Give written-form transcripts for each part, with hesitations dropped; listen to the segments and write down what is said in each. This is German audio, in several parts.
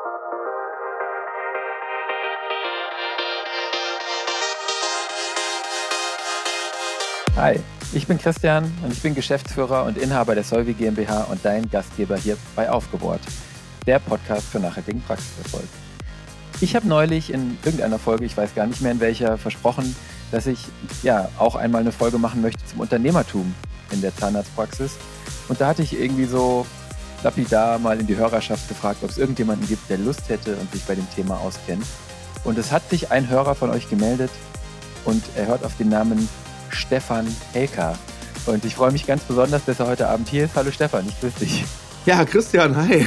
Hi, ich bin Christian und ich bin Geschäftsführer und Inhaber der Solvi GmbH und dein Gastgeber hier bei Aufgebohrt, der Podcast für nachhaltigen Praxiserfolg. Ich habe neulich in irgendeiner Folge, ich weiß gar nicht mehr in welcher, versprochen, dass ich auch einmal eine Folge machen möchte zum Unternehmertum in der Zahnarztpraxis. Und da hatte ich irgendwie so lapidar mal in die Hörerschaft gefragt, ob es irgendjemanden gibt, der Lust hätte und sich bei dem Thema auskennt. Und es hat sich ein Hörer von euch gemeldet und er hört auf den Namen Stefan Helker. Und ich freue mich ganz besonders, dass er heute Abend hier ist. Hallo Stefan, ich grüße dich. Ja, Christian, hi.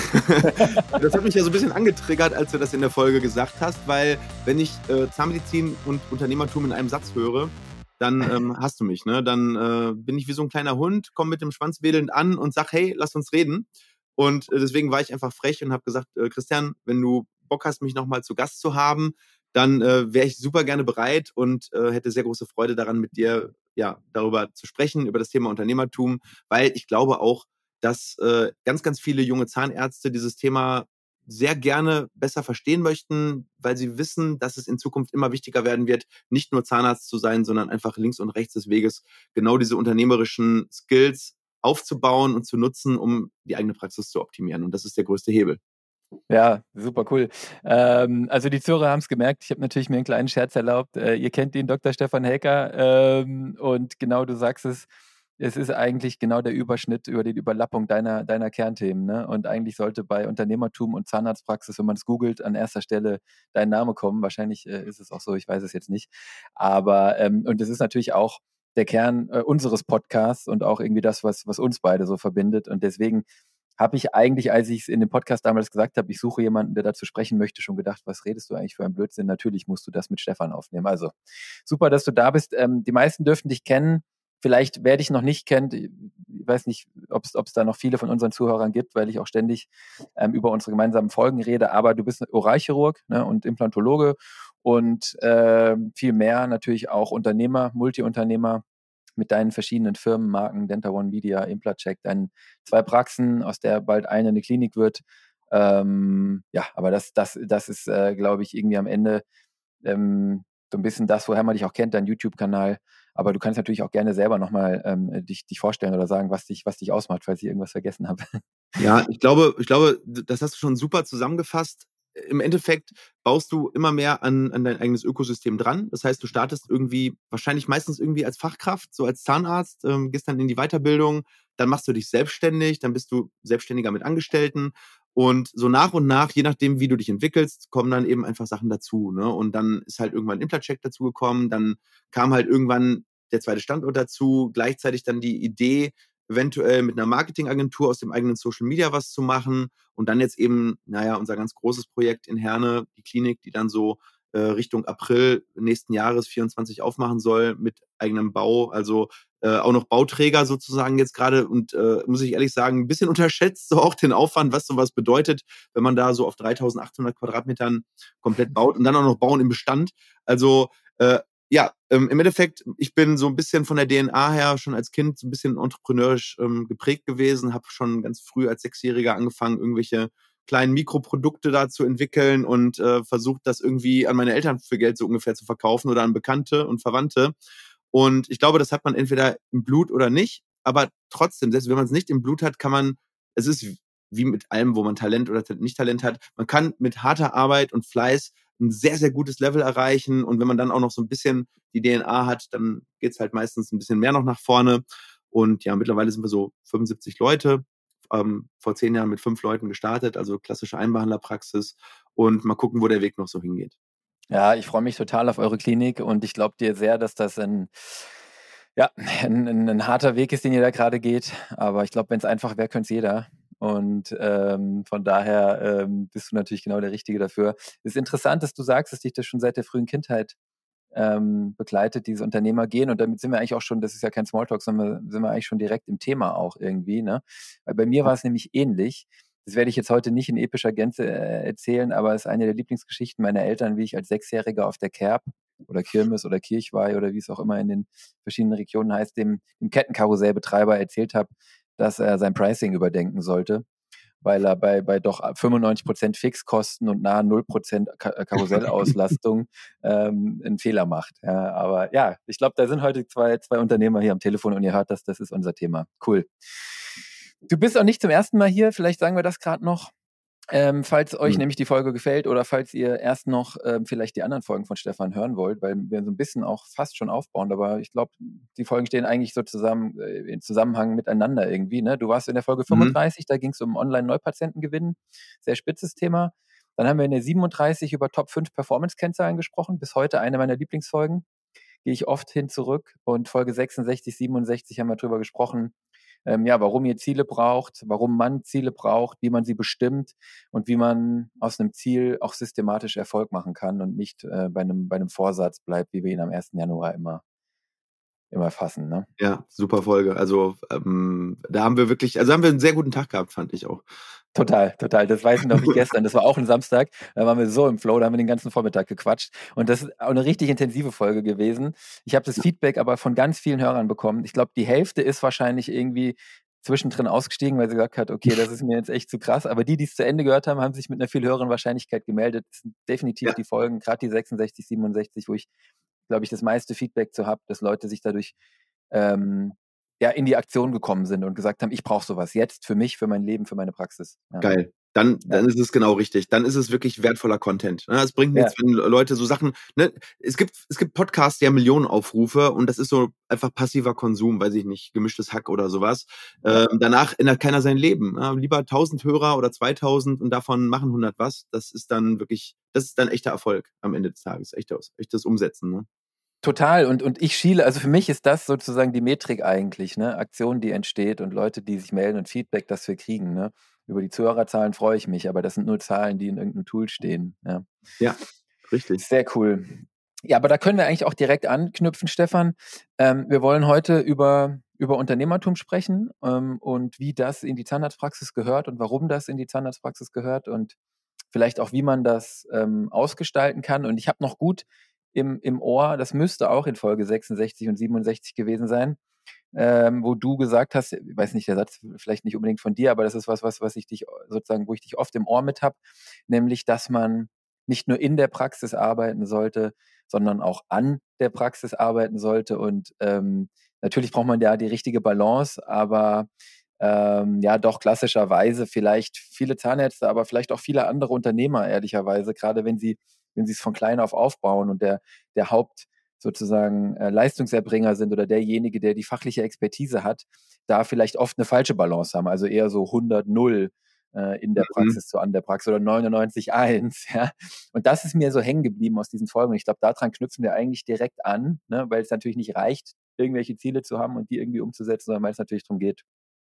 Das hat mich ja so ein bisschen angetriggert, als du das in der Folge gesagt hast, weil wenn ich Zahnmedizin und Unternehmertum in einem Satz höre, dann hast du mich, ne? Dann bin ich wie so ein kleiner Hund, komme mit dem Schwanz wedelnd an und sag, hey, lass uns reden. Und deswegen war ich einfach frech und habe gesagt, Christian, wenn du Bock hast, mich nochmal zu Gast zu haben, dann wäre ich super gerne bereit und hätte sehr große Freude daran, mit dir darüber zu sprechen, über das Thema Unternehmertum, weil ich glaube auch, dass ganz, ganz viele junge Zahnärzte dieses Thema sehr gerne besser verstehen möchten, weil sie wissen, dass es in Zukunft immer wichtiger werden wird, nicht nur Zahnarzt zu sein, sondern einfach links und rechts des Weges genau diese unternehmerischen Skills aufzubauen und zu nutzen, um die eigene Praxis zu optimieren. Und das ist der größte Hebel. Ja, super cool. Also die Zuhörer haben es gemerkt, ich habe natürlich mir einen kleinen Scherz erlaubt. Ihr kennt den Dr. Stefan Helker und genau, du sagst es ist eigentlich genau der Überschnitt über die Überlappung deiner Kernthemen. Ne? Und eigentlich sollte bei Unternehmertum und Zahnarztpraxis, wenn man es googelt, an erster Stelle dein Name kommen. Wahrscheinlich ist es auch so, ich weiß es jetzt nicht. Aber, und es ist natürlich auch der Kern unseres Podcasts und auch irgendwie das, was uns beide so verbindet. Und deswegen habe ich eigentlich, als ich es in dem Podcast damals gesagt habe, ich suche jemanden, der dazu sprechen möchte, schon gedacht, was redest du eigentlich für einen Blödsinn? Natürlich musst du das mit Stefan aufnehmen. Also super, dass du da bist. Die meisten dürften dich kennen. Vielleicht, wer dich noch nicht kennt, ich weiß nicht, ob es da noch viele von unseren Zuhörern gibt, weil ich auch ständig über unsere gemeinsamen Folgen rede, aber du bist Oralchirurg, ne, und Implantologe und viel mehr natürlich auch Unternehmer, Multiunternehmer mit deinen verschiedenen Firmenmarken, Denta One Media, Implacheck, deinen 2 Praxen, aus der bald eine Klinik wird. Aber das ist, glaube ich, irgendwie am Ende so ein bisschen das, woher man dich auch kennt, dein YouTube-Kanal. Aber du kannst natürlich auch gerne selber nochmal dich vorstellen oder sagen, was dich ausmacht, falls ich irgendwas vergessen habe. Ja, ich glaube, das hast du schon super zusammengefasst. Im Endeffekt baust du immer mehr an dein eigenes Ökosystem dran. Das heißt, du startest irgendwie, wahrscheinlich meistens irgendwie als Fachkraft, so als Zahnarzt, gehst dann in die Weiterbildung, dann machst du dich selbstständig, dann bist du Selbstständiger mit Angestellten und so nach und nach, je nachdem, wie du dich entwickelst, kommen dann eben einfach Sachen dazu, ne? Und dann ist halt irgendwann Implacheck dazu gekommen, dann kam halt irgendwann der zweite Standort dazu, gleichzeitig dann die Idee, eventuell mit einer Marketingagentur aus dem eigenen Social Media was zu machen und dann jetzt eben, unser ganz großes Projekt in Herne, die Klinik, die dann so Richtung April nächsten Jahres 24 aufmachen soll mit eigenem Bau, also auch noch Bauträger sozusagen jetzt gerade und muss ich ehrlich sagen, ein bisschen unterschätzt so auch den Aufwand, was sowas bedeutet, wenn man da so auf 3.800 Quadratmetern komplett baut und dann auch noch bauen im Bestand. Also im Endeffekt, ich bin so ein bisschen von der DNA her schon als Kind so ein bisschen entrepreneurisch geprägt gewesen, habe schon ganz früh als Sechsjähriger angefangen, irgendwelche kleinen Mikroprodukte da zu entwickeln und versucht, das irgendwie an meine Eltern für Geld so ungefähr zu verkaufen oder an Bekannte und Verwandte. Und ich glaube, das hat man entweder im Blut oder nicht, aber trotzdem, selbst wenn man es nicht im Blut hat, es ist wie mit allem, wo man Talent oder nicht Talent hat, man kann mit harter Arbeit und Fleiß ein sehr, sehr gutes Level erreichen. Und wenn man dann auch noch so ein bisschen die DNA hat, dann geht's halt meistens ein bisschen mehr noch nach vorne. Und ja, mittlerweile sind wir so 75 Leute. Vor 10 Jahren mit 5 Leuten gestartet, also klassische Einbehandlerpraxis. Und mal gucken, wo der Weg noch so hingeht. Ja, ich freue mich total auf eure Klinik und ich glaube dir sehr, dass das ein harter Weg ist, den ihr da gerade geht. Aber ich glaube, wenn es einfach wäre, könnte es jeder. Und von daher bist du natürlich genau der Richtige dafür. Es ist interessant, dass du sagst, dass dich das schon seit der frühen Kindheit begleitet, dieses Unternehmergehen. Und damit sind wir eigentlich auch schon, das ist ja kein Smalltalk, sondern sind wir eigentlich schon direkt im Thema auch irgendwie. Ne? Weil bei mir war es nämlich ähnlich. Das werde ich jetzt heute nicht in epischer Gänze erzählen, aber es ist eine der Lieblingsgeschichten meiner Eltern, wie ich als Sechsjähriger auf der Kerb oder Kirmes oder Kirchweih oder wie es auch immer in den verschiedenen Regionen heißt, dem Kettenkarussellbetreiber erzählt habe, dass er sein Pricing überdenken sollte. weil er bei doch 95% Fixkosten und nahe 0% Karussellauslastung einen Fehler macht. Ja, aber ja, ich glaube, da sind heute zwei Unternehmer hier am Telefon und ihr hört das ist unser Thema. Cool. Du bist auch nicht zum ersten Mal hier, vielleicht sagen wir das gerade noch. Falls euch nämlich die Folge gefällt oder falls ihr erst noch vielleicht die anderen Folgen von Stefan hören wollt, weil wir so ein bisschen auch fast schon aufbauen, aber ich glaube, die Folgen stehen eigentlich so zusammen in Zusammenhang miteinander irgendwie. Ne? Du warst in der Folge 35, da ging es um Online-Neupatientengewinn, sehr spitzes Thema. Dann haben wir in der 37 über Top 5 Performance-Kennzahlen gesprochen, bis heute eine meiner Lieblingsfolgen, gehe ich oft hin zurück, und Folge 66, 67 haben wir drüber gesprochen, warum ihr Ziele braucht, warum man Ziele braucht, wie man sie bestimmt und wie man aus einem Ziel auch systematisch Erfolg machen kann und nicht bei einem Vorsatz bleibt, wie wir ihn am 1. Januar immer fassen. Ne? Ja, super Folge. Also da haben wir einen sehr guten Tag gehabt, fand ich auch. Total. Das weiß ich noch wie gestern. Das war auch ein Samstag. Da waren wir so im Flow, da haben wir den ganzen Vormittag gequatscht. Und das ist auch eine richtig intensive Folge gewesen. Ich habe das Feedback aber von ganz vielen Hörern bekommen. Ich glaube, die Hälfte ist wahrscheinlich irgendwie zwischendrin ausgestiegen, weil sie gesagt hat, okay, das ist mir jetzt echt zu krass. Aber die es zu Ende gehört haben, haben sich mit einer viel höheren Wahrscheinlichkeit gemeldet. Das sind definitiv die Folgen, gerade die 66, 67, wo ich, glaube ich, das meiste Feedback zu habe, dass Leute sich dadurch in die Aktion gekommen sind und gesagt haben, ich brauche sowas jetzt für mich, für mein Leben, für meine Praxis. Ja. Geil. Dann ist es genau richtig. Dann ist es wirklich wertvoller Content. Es bringt nichts, wenn Leute so Sachen, ne? Es gibt Podcasts, die haben Millionen Aufrufe und das ist so einfach passiver Konsum, weiß ich nicht, gemischtes Hack oder sowas. Danach ändert keiner sein Leben. Lieber 1000 Hörer oder 2000 und davon machen 100 was. Das ist dann echter Erfolg am Ende des Tages. Echtes Umsetzen, ne? Total. Und ich schiele, also für mich ist das sozusagen die Metrik eigentlich, ne? Aktion, die entsteht und Leute, die sich melden und Feedback, das wir kriegen, ne? Über die Zuhörerzahlen freue ich mich, aber das sind nur Zahlen, die in irgendeinem Tool stehen. Ja, richtig. Sehr cool. Ja, aber da können wir eigentlich auch direkt anknüpfen, Stefan. Wir wollen heute über Unternehmertum sprechen und wie das in die Zahnarztpraxis gehört und warum das in die Zahnarztpraxis gehört und vielleicht auch, wie man das ausgestalten kann. Und ich habe noch gut im Ohr, das müsste auch in Folge 66 und 67 gewesen sein, wo du gesagt hast, ich weiß nicht, der Satz vielleicht nicht unbedingt von dir, aber das ist was ich dich sozusagen, wo ich dich oft im Ohr mit habe, nämlich, dass man nicht nur in der Praxis arbeiten sollte, sondern auch an der Praxis arbeiten sollte. Und natürlich braucht man ja die richtige Balance, aber doch klassischerweise vielleicht viele Zahnärzte, aber vielleicht auch viele andere Unternehmer, ehrlicherweise, gerade wenn sie es von klein auf aufbauen und der Haupt sozusagen Leistungserbringer sind oder derjenige, der die fachliche Expertise hat, da vielleicht oft eine falsche Balance haben, also eher so 100-0 in der Praxis zu an der Praxis oder 99-1. Ja? Und das ist mir so hängen geblieben aus diesen Folgen. Und ich glaube, daran knüpfen wir eigentlich direkt an, ne? Weil es natürlich nicht reicht, irgendwelche Ziele zu haben und die irgendwie umzusetzen, sondern weil es natürlich darum geht,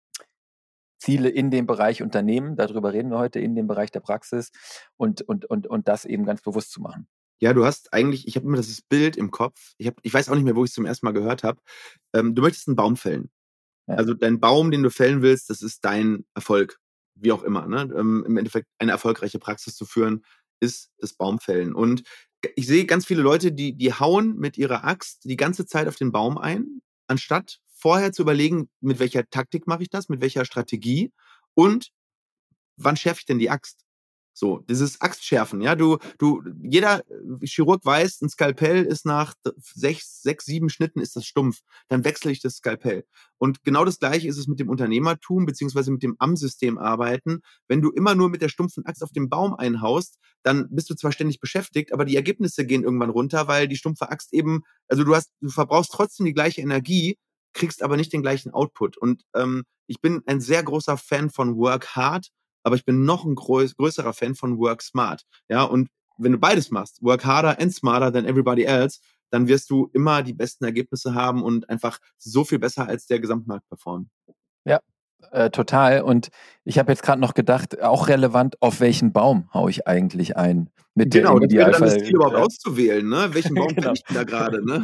Ziele in dem Bereich Unternehmen, darüber reden wir heute, in dem Bereich der Praxis und das eben ganz bewusst zu machen. Ja, ich habe immer das Bild im Kopf, ich weiß auch nicht mehr, wo ich es zum ersten Mal gehört habe. Du möchtest einen Baum fällen. Ja. Also dein Baum, den du fällen willst, das ist dein Erfolg, wie auch immer. Ne? Im Endeffekt eine erfolgreiche Praxis zu führen, ist das Baumfällen. Und ich sehe ganz viele Leute, die hauen mit ihrer Axt die ganze Zeit auf den Baum ein, anstatt vorher zu überlegen, mit welcher Taktik mache ich das, mit welcher Strategie und wann schärfe ich denn die Axt? So, dieses Axtschärfen, ja, jeder Chirurg weiß, ein Skalpell ist nach 6, 7 Schnitten ist das stumpf. Dann wechsle ich das Skalpell. Und genau das Gleiche ist es mit dem Unternehmertum, beziehungsweise mit dem Am-System arbeiten. Wenn du immer nur mit der stumpfen Axt auf den Baum einhaust, dann bist du zwar ständig beschäftigt, aber die Ergebnisse gehen irgendwann runter, weil die stumpfe Axt eben, also du verbrauchst trotzdem die gleiche Energie, kriegst aber nicht den gleichen Output. Und ich bin ein sehr großer Fan von Work Hard, aber ich bin noch ein größerer Fan von Work Smart. Ja, und wenn du beides machst, work harder and smarter than everybody else, dann wirst du immer die besten Ergebnisse haben und einfach so viel besser als der Gesamtmarkt performen. Ja, total. Und ich habe jetzt gerade noch gedacht, auch relevant, auf welchen Baum haue ich eigentlich ein? Genau, das wäre dann das Ziel überhaupt auszuwählen, ne? Welchen Baum genau. ich denn da gerade, ne?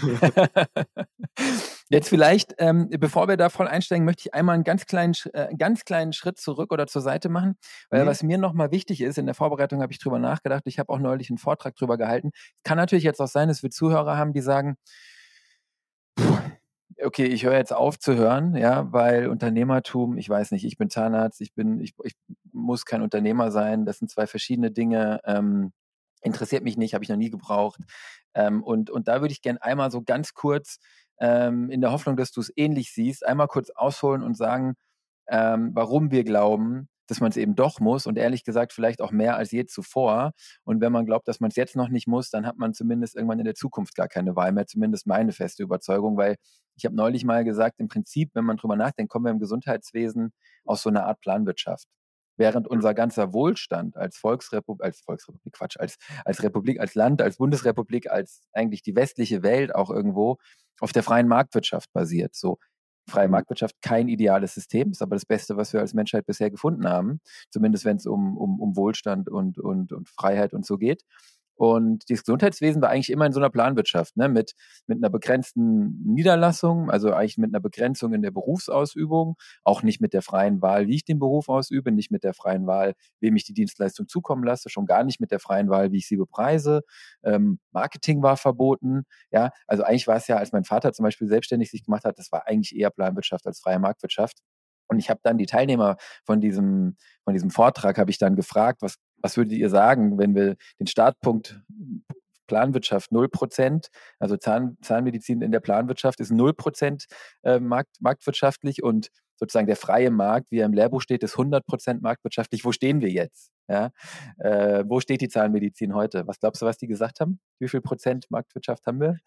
Jetzt vielleicht, bevor wir da voll einsteigen, möchte ich einmal einen ganz kleinen Schritt zurück oder zur Seite machen, weil was mir nochmal wichtig ist, in der Vorbereitung habe ich drüber nachgedacht, ich habe auch neulich einen Vortrag drüber gehalten. Es kann natürlich jetzt auch sein, dass wir Zuhörer haben, die sagen, okay, ich höre jetzt auf zu hören, ja, weil Unternehmertum, ich weiß nicht, ich bin Zahnarzt, ich muss kein Unternehmer sein, das sind zwei verschiedene Dinge, interessiert mich nicht, habe ich noch nie gebraucht. Und da würde ich gerne einmal so ganz kurz, in der Hoffnung, dass du es ähnlich siehst, einmal kurz ausholen und sagen, warum wir glauben, dass man es eben doch muss und ehrlich gesagt vielleicht auch mehr als je zuvor. Und wenn man glaubt, dass man es jetzt noch nicht muss, dann hat man zumindest irgendwann in der Zukunft gar keine Wahl mehr, zumindest meine feste Überzeugung, weil ich habe neulich mal gesagt, im Prinzip, wenn man drüber nachdenkt, kommen wir im Gesundheitswesen aus so einer Art Planwirtschaft. Während unser ganzer Wohlstand als Volksrepublik, Quatsch, als Republik, als Land, als Bundesrepublik, als eigentlich die westliche Welt auch irgendwo auf der freien Marktwirtschaft basiert. So, freie Marktwirtschaft kein ideales System, ist aber das Beste, was wir als Menschheit bisher gefunden haben, zumindest wenn es um Wohlstand und Freiheit und so geht. Und das Gesundheitswesen war eigentlich immer in so einer Planwirtschaft, ne, mit einer begrenzten Niederlassung, also eigentlich mit einer Begrenzung in der Berufsausübung, auch nicht mit der freien Wahl, wie ich den Beruf ausübe, nicht mit der freien Wahl, wem ich die Dienstleistung zukommen lasse, schon gar nicht mit der freien Wahl, wie ich sie bepreise. Marketing war verboten, ja, also eigentlich war es ja, als mein Vater zum Beispiel selbstständig sich gemacht hat, das war eigentlich eher Planwirtschaft als freie Marktwirtschaft. Und ich habe dann die Teilnehmer von diesem Vortrag, habe ich dann gefragt, was würdet ihr sagen, wenn wir den Startpunkt Planwirtschaft 0%, also Zahnmedizin in der Planwirtschaft ist 0% marktwirtschaftlich und sozusagen der freie Markt, wie er im Lehrbuch steht, ist 100% marktwirtschaftlich. Wo stehen wir jetzt? Ja? Wo steht die Zahnmedizin heute? Was glaubst du, was die gesagt haben? Wie viel Prozent Marktwirtschaft haben wir?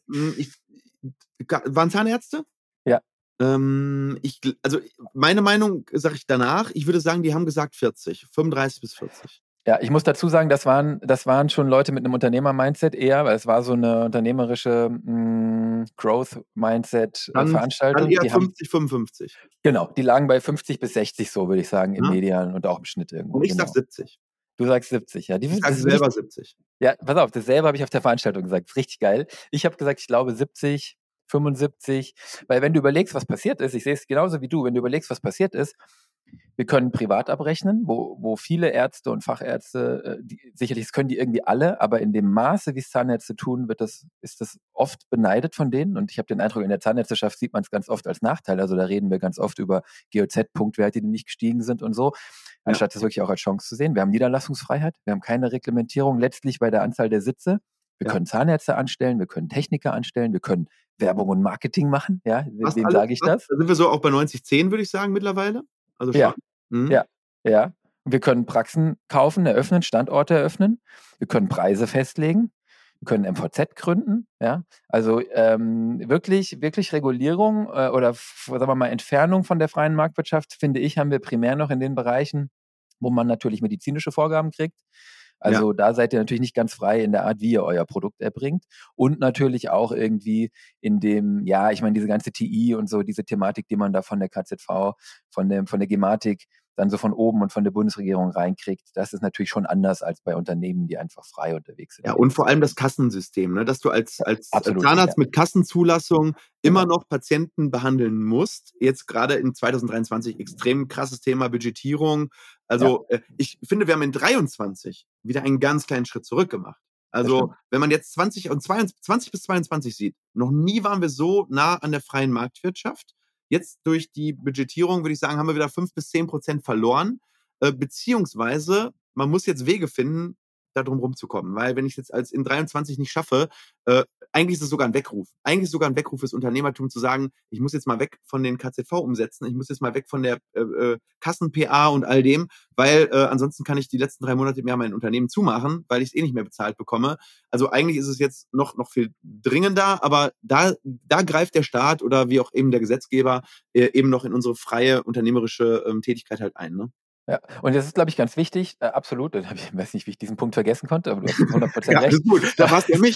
Waren Zahnärzte? Ja. Also meine Meinung sage ich danach. Ich würde sagen, die haben gesagt 40, 35 bis 40. Ja, ich muss dazu sagen, das waren schon Leute mit einem Unternehmer-Mindset eher, weil es war so eine unternehmerische Growth-Mindset-Veranstaltung. Dann eher 50, 55. Genau, die lagen bei 50 bis 60 so, würde ich sagen, im Ja. Median und auch im Schnitt irgendwo. Und ich genau. sag 70. Du sagst 70, ja. Ich sag selber 70. Ja, pass auf, dasselbe habe ich auf der Veranstaltung gesagt. Das ist richtig geil. Ich habe gesagt, ich glaube 70, 75, weil wenn du überlegst, was passiert ist, ich sehe es genauso wie du, wenn du überlegst, was passiert ist, wir können privat abrechnen, wo viele Ärzte und Fachärzte, sicherlich, das können die irgendwie alle, aber in dem Maße, wie es Zahnärzte tun, ist das oft beneidet von denen. Und ich habe den Eindruck, in der Zahnärzteschaft sieht man es ganz oft als Nachteil. Also da reden wir ganz oft über GOZ-Punktwerte, die nicht gestiegen sind und so, anstatt das wirklich auch als Chance zu sehen. Wir haben Niederlassungsfrei,heit, wir haben keine Reglementierung letztlich bei der Anzahl der Sitze. Wir können Zahnärzte anstellen, wir können Techniker anstellen, wir können Werbung und Marketing machen. Ja, wem sage ich das? Da sind wir so auch bei 90-10, würde ich sagen, mittlerweile. Also schon. Ja, ja. Wir können Praxen kaufen, eröffnen, Standorte eröffnen. Wir können Preise festlegen. Wir können MVZ gründen. Ja, also wirklich Regulierung oder sagen wir mal Entfernung von der freien Marktwirtschaft, finde ich, haben wir primär noch in den Bereichen, wo man natürlich medizinische Vorgaben kriegt. Also da seid ihr natürlich nicht ganz frei in der Art, wie ihr euer Produkt erbringt. Und natürlich auch irgendwie in dem, ja, ich meine, diese ganze TI und so, diese Thematik, die man da von der KZV, von der Gematik dann so von oben und von der Bundesregierung reinkriegt, das ist natürlich schon anders als bei Unternehmen, die einfach frei unterwegs sind. Ja, und vor allem das Kassensystem, ne? Dass du als Zahnarzt mit Kassenzulassung immer noch Patienten behandeln musst. Jetzt gerade in 2023 extrem krasses Thema Budgetierung. Also ich finde, wir haben in 23 wieder einen ganz kleinen Schritt zurück gemacht. Also wenn man jetzt 20 bis 22 sieht, noch nie waren wir so nah an der freien Marktwirtschaft. Jetzt durch die Budgetierung, würde ich sagen, haben wir wieder 5-10% verloren. Beziehungsweise man muss jetzt Wege finden, da drum rumzukommen. Weil wenn ich es jetzt in 23 nicht schaffe, eigentlich ist es sogar ein Weckruf. Eigentlich ist es sogar ein Weckruf fürs Unternehmertum zu sagen, ich muss jetzt mal weg von den KZV-Umsätzen, ich muss jetzt mal weg von der Kassen-PA und all dem, weil ansonsten kann ich die letzten 3 Monate im Jahr mein Unternehmen zumachen, weil ich es eh nicht mehr bezahlt bekomme. Also eigentlich ist es jetzt noch viel dringender, aber da greift der Staat oder wie auch eben der Gesetzgeber eben noch in unsere freie unternehmerische Tätigkeit halt ein, ne? Ja, und das ist, glaube ich, ganz wichtig, absolut. Ich weiß nicht, wie ich diesen Punkt vergessen konnte, aber du hast 100% recht. Ist gut, da war's ja mich.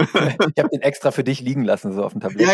Ich habe den extra für dich liegen lassen, so auf dem Tablett.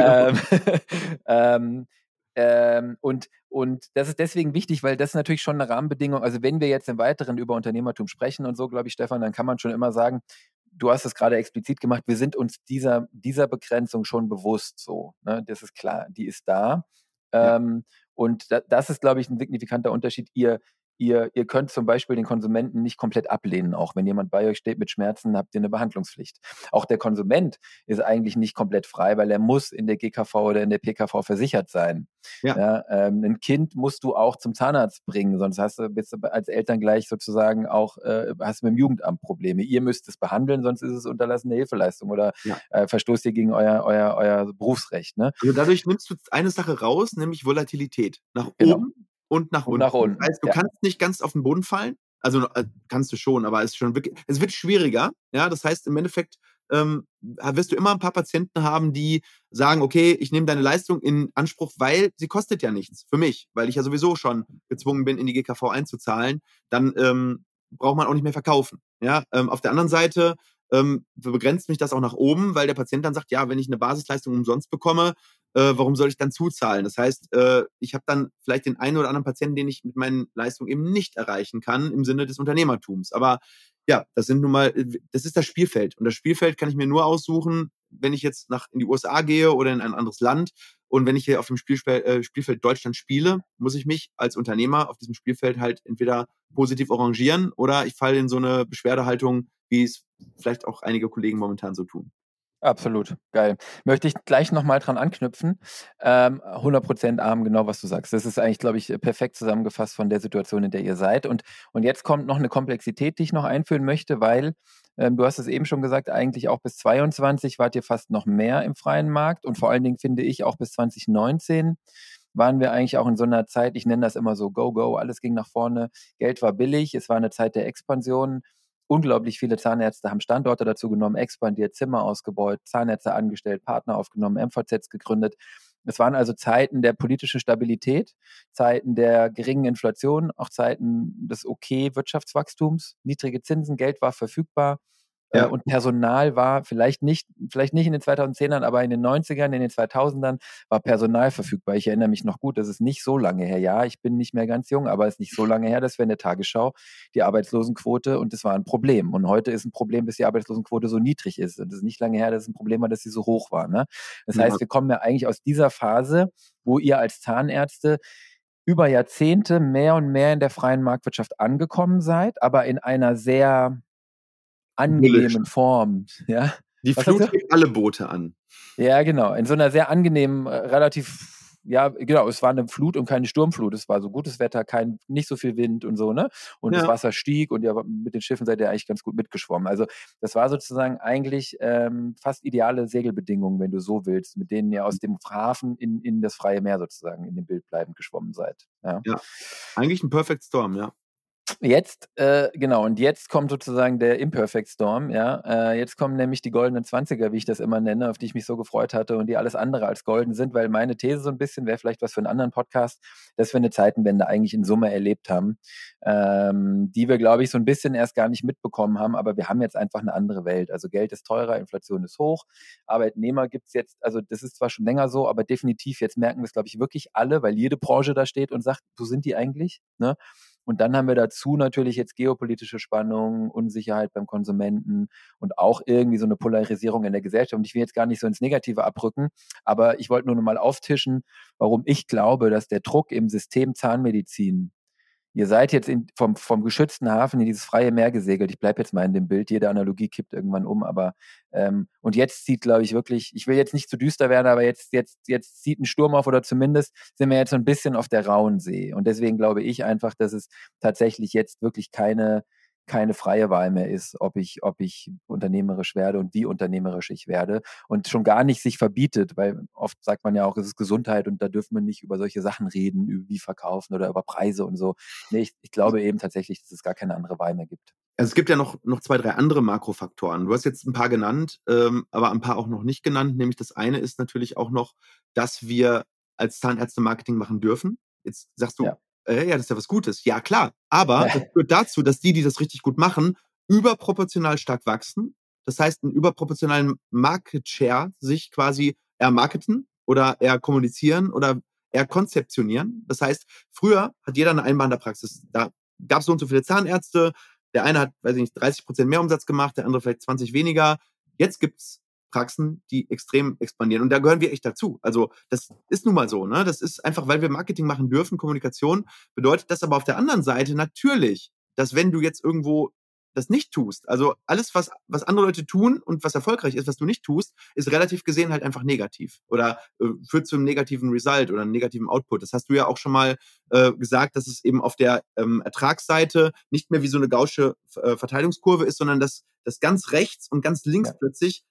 Und das ist deswegen wichtig, weil das ist natürlich schon eine Rahmenbedingung. Also wenn wir jetzt im Weiteren über Unternehmertum sprechen und so, glaube ich, Stefan, dann kann man schon immer sagen, du hast es gerade explizit gemacht, wir sind uns dieser Begrenzung schon bewusst so. Ne? Das ist klar, die ist da. Und das ist, glaube ich, ein signifikanter Unterschied. Ihr ihr könnt zum Beispiel den Konsumenten nicht komplett ablehnen. Auch wenn jemand bei euch steht mit Schmerzen, habt ihr eine Behandlungspflicht. Auch der Konsument ist eigentlich nicht komplett frei, weil er muss in der GKV oder in der PKV versichert sein. Ja. Ja, ein Kind musst du auch zum Zahnarzt bringen, sonst bist du als Eltern gleich sozusagen auch, hast mit dem Jugendamt Probleme. Ihr müsst es behandeln, sonst ist es unterlassene Hilfeleistung oder verstoßt ihr gegen euer Berufsrecht. Ne? Also dadurch nimmst du eine Sache raus, nämlich Volatilität. Nach Genau. oben und nach Und unten. nach unten. Das heißt, du kannst nicht ganz auf den Boden fallen. Also kannst du schon, aber es wird schwieriger. Ja, das heißt, im Endeffekt wirst du immer ein paar Patienten haben, die sagen, okay, ich nehme deine Leistung in Anspruch, weil sie kostet ja nichts für mich, weil ich ja sowieso schon gezwungen bin, in die GKV einzuzahlen. Dann braucht man auch nicht mehr verkaufen. Ja, auf der anderen Seite begrenzt mich das auch nach oben, weil der Patient dann sagt, ja, wenn ich eine Basisleistung umsonst bekomme, warum soll ich dann zuzahlen? Das heißt, ich habe dann vielleicht den einen oder anderen Patienten, den ich mit meinen Leistungen eben nicht erreichen kann im Sinne des Unternehmertums. Aber ja, das ist das Spielfeld. Und das Spielfeld kann ich mir nur aussuchen, wenn ich jetzt in die USA gehe oder in ein anderes Land. Und wenn ich hier auf dem Spielfeld Deutschland spiele, muss ich mich als Unternehmer auf diesem Spielfeld halt entweder positiv arrangieren oder ich falle in so eine Beschwerdehaltung, wie es vielleicht auch einige Kollegen momentan so tun. Absolut, geil. Möchte ich gleich nochmal dran anknüpfen. 100% Arm, genau was du sagst. Das ist eigentlich, glaube ich, perfekt zusammengefasst von der Situation, in der ihr seid. Und jetzt kommt noch eine Komplexität, die ich noch einführen möchte, weil du hast es eben schon gesagt, eigentlich auch bis 22 wart ihr fast noch mehr im freien Markt und vor allen Dingen finde ich auch bis 2019 waren wir eigentlich auch in so einer Zeit, ich nenne das immer so Go, Go, alles ging nach vorne, Geld war billig, es war eine Zeit der Expansion. Unglaublich viele Zahnärzte haben Standorte dazu genommen, expandiert, Zimmer ausgebaut, Zahnärzte angestellt, Partner aufgenommen, MVZs gegründet. Es waren also Zeiten der politischen Stabilität, Zeiten der geringen Inflation, auch Zeiten des Wirtschaftswachstums, niedrige Zinsen, Geld war verfügbar. Ja. Und Personal war vielleicht nicht in den 2010ern, aber in den 90ern, in den 2000ern war Personal verfügbar. Ich erinnere mich noch gut, das ist nicht so lange her. Ja, ich bin nicht mehr ganz jung, aber es ist nicht so lange her, dass wir in der Tagesschau die Arbeitslosenquote und das war ein Problem. Und heute ist ein Problem, dass die Arbeitslosenquote so niedrig ist. Und es ist nicht lange her, dass es ein Problem war, dass sie so hoch war. Ne? Das heißt, wir kommen ja eigentlich aus dieser Phase, wo ihr als Zahnärzte über Jahrzehnte mehr und mehr in der freien Marktwirtschaft angekommen seid, aber in einer sehr angenehmen Form. Ja? Die Flut hebt alle Boote an. Ja, genau. In so einer sehr angenehmen, genau, es war eine Flut und keine Sturmflut. Es war so gutes Wetter, nicht so viel Wind und so, ne? Und das Wasser stieg und mit den Schiffen seid ihr eigentlich ganz gut mitgeschwommen. Also das war sozusagen eigentlich fast ideale Segelbedingungen, wenn du so willst, mit denen ihr aus dem Hafen in das freie Meer sozusagen in dem Bild bleibend geschwommen seid. Ja, eigentlich ein Perfect Storm, ja. Jetzt, genau, und jetzt kommt sozusagen der Imperfect Storm, ja. Jetzt kommen nämlich die goldenen 20er, wie ich das immer nenne, auf die ich mich so gefreut hatte und die alles andere als golden sind, weil meine These so ein bisschen, wäre vielleicht was für einen anderen Podcast, dass wir eine Zeitenwende eigentlich in Summe erlebt haben, die wir, glaube ich, so ein bisschen erst gar nicht mitbekommen haben, aber wir haben jetzt einfach eine andere Welt. Also Geld ist teurer, Inflation ist hoch, Arbeitnehmer gibt es jetzt, also das ist zwar schon länger so, aber definitiv, jetzt merken wir es, glaube ich, wirklich alle, weil jede Branche da steht und sagt, wo sind die eigentlich, ne? Und dann haben wir dazu natürlich jetzt geopolitische Spannungen, Unsicherheit beim Konsumenten und auch irgendwie so eine Polarisierung in der Gesellschaft. Und ich will jetzt gar nicht so ins Negative abrücken, aber ich wollte nur noch mal auftischen, warum ich glaube, dass der Druck im System Zahnmedizin, ihr seid jetzt vom geschützten Hafen in dieses freie Meer gesegelt. Ich bleibe jetzt mal in dem Bild. Jede Analogie kippt irgendwann um. Aber und jetzt zieht, glaube ich, wirklich, ich will jetzt nicht zu düster werden, aber jetzt zieht ein Sturm auf oder zumindest sind wir jetzt so ein bisschen auf der rauen See. Und deswegen glaube ich einfach, dass es tatsächlich jetzt wirklich keine freie Wahl mehr ist, ob ich unternehmerisch werde und wie unternehmerisch ich werde und schon gar nicht sich verbietet, weil oft sagt man ja auch, es ist Gesundheit und da dürfen wir nicht über solche Sachen reden, wie verkaufen oder über Preise und so. Nee, ich glaube eben tatsächlich, dass es gar keine andere Wahl mehr gibt. Also es gibt ja noch 2, 3 andere Makrofaktoren. Du hast jetzt ein paar genannt, aber ein paar auch noch nicht genannt. Nämlich das eine ist natürlich auch noch, dass wir als Zahnärzte Marketing machen dürfen. Jetzt sagst du, ja, das ist ja was Gutes. Ja, klar. Aber das führt dazu, dass die das richtig gut machen, überproportional stark wachsen. Das heißt, einen überproportionalen Market Share sich quasi marketen oder kommunizieren oder konzeptionieren. Das heißt, früher hat jeder eine Einbehanderpraxis. Da gab es so und so viele Zahnärzte. Der eine hat, weiß ich nicht, 30% mehr Umsatz gemacht, der andere vielleicht 20 weniger. Jetzt gibt es Praxen, die extrem expandieren. Und da gehören wir echt dazu. Also das ist nun mal so. Ne? Das ist einfach, weil wir Marketing machen dürfen, Kommunikation, bedeutet das aber auf der anderen Seite natürlich, dass wenn du jetzt irgendwo das nicht tust, also alles, was andere Leute tun und was erfolgreich ist, was du nicht tust, ist relativ gesehen halt einfach negativ oder führt zu einem negativen Result oder einem negativen Output. Das hast du ja auch schon mal gesagt, dass es eben auf der Ertragsseite nicht mehr wie so eine gaußsche Verteilungskurve ist, sondern dass ganz rechts und ganz links plötzlich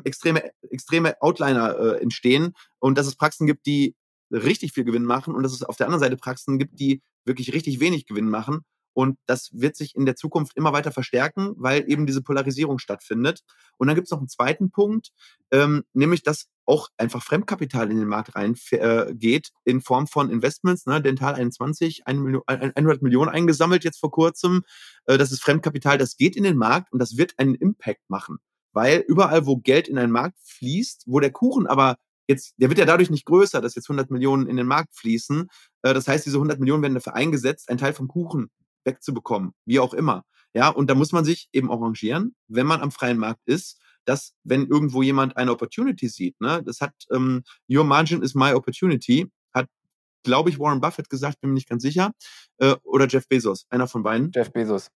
extreme Outliner entstehen und dass es Praxen gibt, die richtig viel Gewinn machen und dass es auf der anderen Seite Praxen gibt, die wirklich richtig wenig Gewinn machen. Und das wird sich in der Zukunft immer weiter verstärken, weil eben diese Polarisierung stattfindet. Und dann gibt es noch einen zweiten Punkt, nämlich dass auch einfach Fremdkapital in den Markt reingeht in Form von Investments. Ne? Dental 21, 100 Millionen eingesammelt jetzt vor kurzem. Das ist Fremdkapital, das geht in den Markt und das wird einen Impact machen. Weil überall, wo Geld in einen Markt fließt, wo der Kuchen aber jetzt, der wird ja dadurch nicht größer, dass jetzt 100 Millionen in den Markt fließen. Das heißt, diese 100 Millionen werden dafür eingesetzt, einen Teil vom Kuchen wegzubekommen, wie auch immer. Ja, und da muss man sich eben arrangieren, wenn man am freien Markt ist, dass, wenn irgendwo jemand eine Opportunity sieht, ne, das hat Your Margin is my opportunity, hat, glaube ich, Warren Buffett gesagt, bin mir nicht ganz sicher, oder Jeff Bezos, einer von beiden. Jeff Bezos.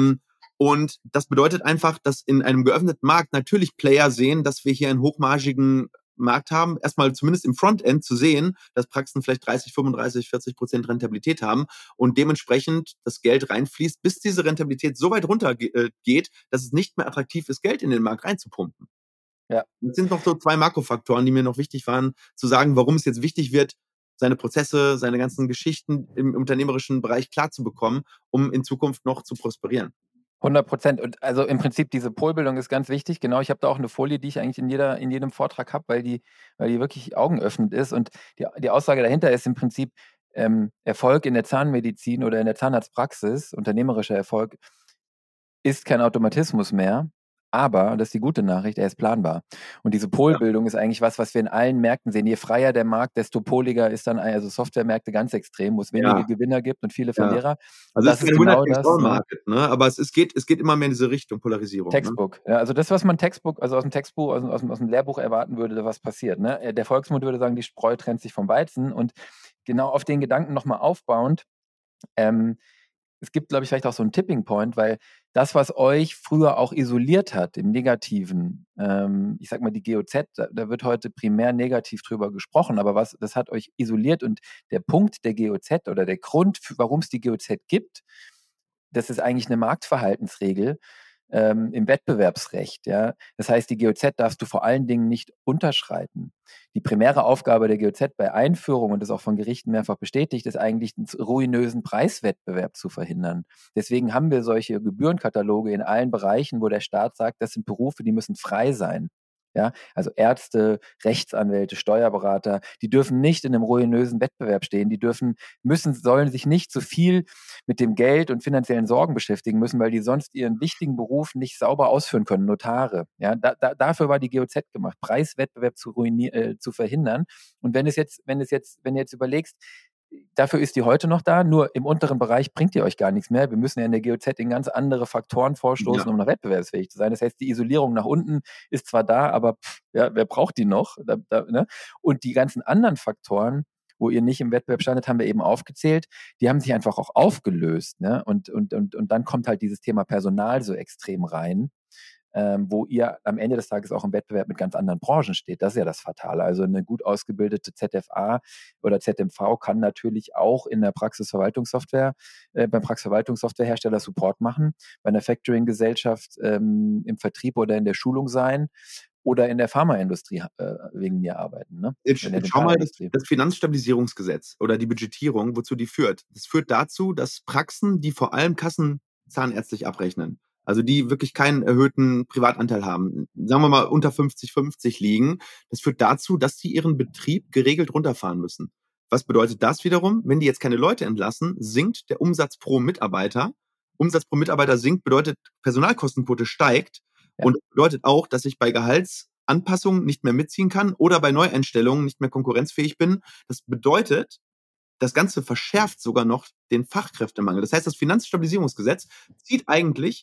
Und das bedeutet einfach, dass in einem geöffneten Markt natürlich Player sehen, dass wir hier einen hochmargigen Markt haben, erstmal zumindest im Frontend zu sehen, dass Praxen vielleicht 30, 35, 40% Rentabilität haben und dementsprechend das Geld reinfließt, bis diese Rentabilität so weit runter geht, dass es nicht mehr attraktiv ist, Geld in den Markt reinzupumpen. Ja. Das sind noch so 2 Makrofaktoren, die mir noch wichtig waren, zu sagen, warum es jetzt wichtig wird, seine Prozesse, seine ganzen Geschichten im unternehmerischen Bereich klar zu bekommen, um in Zukunft noch zu prosperieren. 100%. Und also im Prinzip diese Polbildung ist ganz wichtig. Genau, ich habe da auch eine Folie, die ich eigentlich in jedem Vortrag habe, weil die wirklich augenöffnend ist. Und die Aussage dahinter ist im Prinzip, Erfolg in der Zahnmedizin oder in der Zahnarztpraxis, unternehmerischer Erfolg, ist kein Automatismus mehr. Aber, das ist die gute Nachricht, er ist planbar. Und diese Polbildung ist eigentlich was wir in allen Märkten sehen. Je freier der Markt, desto poliger ist dann, also Softwaremärkte ganz extrem, wo es wenige Gewinner gibt und viele Verlierer. Also das es ist kein Winner-Takes-All-Market, ne? Aber es geht immer mehr in diese Richtung Polarisierung. Textbook, ne? Ja, also das, was man aus dem Textbuch, aus dem Lehrbuch erwarten würde, was passiert. Ne? Der Volksmund würde sagen, die Spreu trennt sich vom Weizen. Und genau auf den Gedanken nochmal aufbauend, es gibt, glaube ich, vielleicht auch so einen Tipping Point, weil das, was euch früher auch isoliert hat im Negativen, ich sag mal die GOZ, da wird heute primär negativ drüber gesprochen, aber das hat euch isoliert und der Punkt der GOZ oder der Grund, warum es die GOZ gibt, das ist eigentlich eine Marktverhaltensregel im Wettbewerbsrecht. Ja? Das heißt, die GOZ darfst du vor allen Dingen nicht unterschreiten. Die primäre Aufgabe der GOZ bei Einführung, und das auch von Gerichten mehrfach bestätigt, ist eigentlich, einen ruinösen Preiswettbewerb zu verhindern. Deswegen haben wir solche Gebührenkataloge in allen Bereichen, wo der Staat sagt, das sind Berufe, die müssen frei sein. Ja, also Ärzte, Rechtsanwälte, Steuerberater, die dürfen nicht in einem ruinösen Wettbewerb stehen, sollen sich nicht zu viel mit dem Geld und finanziellen Sorgen beschäftigen müssen, weil die sonst ihren wichtigen Beruf nicht sauber ausführen können, Notare. Ja, dafür war die GOZ gemacht, Preiswettbewerb zu verhindern. Und wenn du jetzt überlegst, dafür ist die heute noch da, nur im unteren Bereich bringt die euch gar nichts mehr. Wir müssen ja in der GOZ in ganz andere Faktoren vorstoßen, um noch wettbewerbsfähig zu sein. Das heißt, die Isolierung nach unten ist zwar da, aber wer braucht die noch? Ne? Und die ganzen anderen Faktoren, wo ihr nicht im Wettbewerb standet, haben wir eben aufgezählt, die haben sich einfach auch aufgelöst. Ne? Und dann kommt halt dieses Thema Personal so extrem rein, wo ihr am Ende des Tages auch im Wettbewerb mit ganz anderen Branchen steht. Das ist ja das Fatale. Also eine gut ausgebildete ZFA oder ZMV kann natürlich auch in der beim Praxisverwaltungssoftwarehersteller Support machen, bei einer Factoring-Gesellschaft im Vertrieb oder in der Schulung sein oder in der Pharmaindustrie wegen mir arbeiten. Ne? Schau mal das Finanzstabilisierungsgesetz oder die Budgetierung, wozu die führt. Das führt dazu, dass Praxen, die vor allem kassenzahnärztlich abrechnen, also die wirklich keinen erhöhten Privatanteil haben, sagen wir mal unter 50-50 liegen, das führt dazu, dass die ihren Betrieb geregelt runterfahren müssen. Was bedeutet das wiederum? Wenn die jetzt keine Leute entlassen, sinkt der Umsatz pro Mitarbeiter. Umsatz pro Mitarbeiter sinkt, bedeutet Personalkostenquote steigt. Ja. Und bedeutet auch, dass ich bei Gehaltsanpassungen nicht mehr mitziehen kann oder bei Neueinstellungen nicht mehr konkurrenzfähig bin. Das bedeutet, das Ganze verschärft sogar noch den Fachkräftemangel. Das heißt, das Finanzstabilisierungsgesetz zieht eigentlich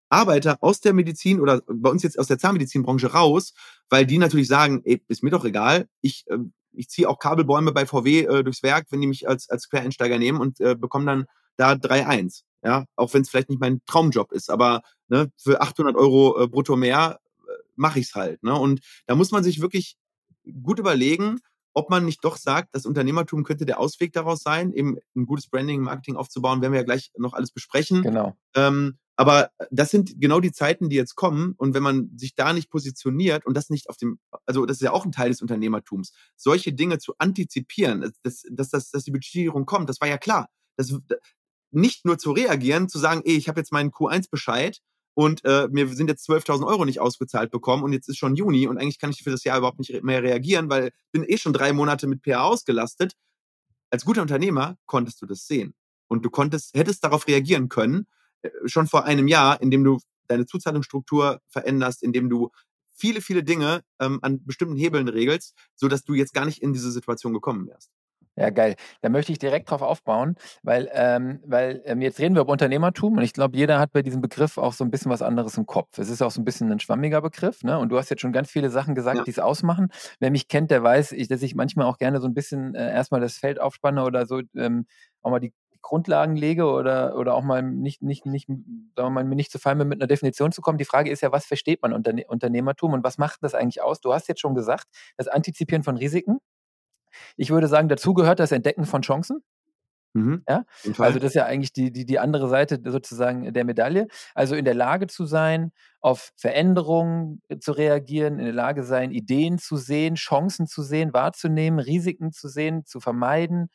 Arbeiter aus der Medizin oder bei uns jetzt aus der Zahnmedizinbranche raus, weil die natürlich sagen, ey, ist mir doch egal, ich ziehe auch Kabelbäume bei VW durchs Werk, wenn die mich als Quereinsteiger nehmen und bekomme dann da 3,1. Ja, auch wenn es vielleicht nicht mein Traumjob ist, aber ne, für 800 Euro brutto mehr mache ich es halt. Ne? Und da muss man sich wirklich gut überlegen, ob man nicht doch sagt, das Unternehmertum könnte der Ausweg daraus sein, eben ein gutes Branding, Marketing aufzubauen, werden wir ja gleich noch alles besprechen. Genau. Aber das sind genau die Zeiten, die jetzt kommen. Und wenn man sich da nicht positioniert und das nicht also das ist ja auch ein Teil des Unternehmertums, solche Dinge zu antizipieren, dass die Budgetierung kommt, das war ja klar. Nicht nur zu reagieren, zu sagen, ich habe jetzt meinen Q1-Bescheid und mir sind jetzt 12.000 Euro nicht ausgezahlt bekommen und jetzt ist schon Juni und eigentlich kann ich für das Jahr überhaupt nicht mehr reagieren, weil bin schon 3 Monate mit PA ausgelastet. Als guter Unternehmer konntest du das sehen und du hättest darauf reagieren können, schon vor einem Jahr, indem du deine Zuzahlungsstruktur veränderst, indem du viele, viele Dinge an bestimmten Hebeln regelst, sodass du jetzt gar nicht in diese Situation gekommen wärst. Ja, geil. Da möchte ich direkt drauf aufbauen, weil jetzt reden wir über Unternehmertum und ich glaube, jeder hat bei diesem Begriff auch so ein bisschen was anderes im Kopf. Es ist auch so ein bisschen ein schwammiger Begriff, ne? Und du hast jetzt schon ganz viele Sachen gesagt, die es ausmachen. Wer mich kennt, der weiß, dass ich manchmal auch gerne so ein bisschen erstmal das Feld aufspanne oder so auch mal die Grundlagen lege oder auch mal sagen wir mal, mir nicht zu fallen, mit einer Definition zu kommen. Die Frage ist ja, was versteht man unter Unternehmertum und was macht das eigentlich aus? Du hast jetzt schon gesagt, das Antizipieren von Risiken. Ich würde sagen, dazu gehört das Entdecken von Chancen. Ja? Also das ist ja eigentlich die andere Seite sozusagen der Medaille. Also in der Lage zu sein, auf Veränderungen zu reagieren, in der Lage sein, Ideen zu sehen, Chancen zu sehen, wahrzunehmen, Risiken zu sehen, zu vermeiden.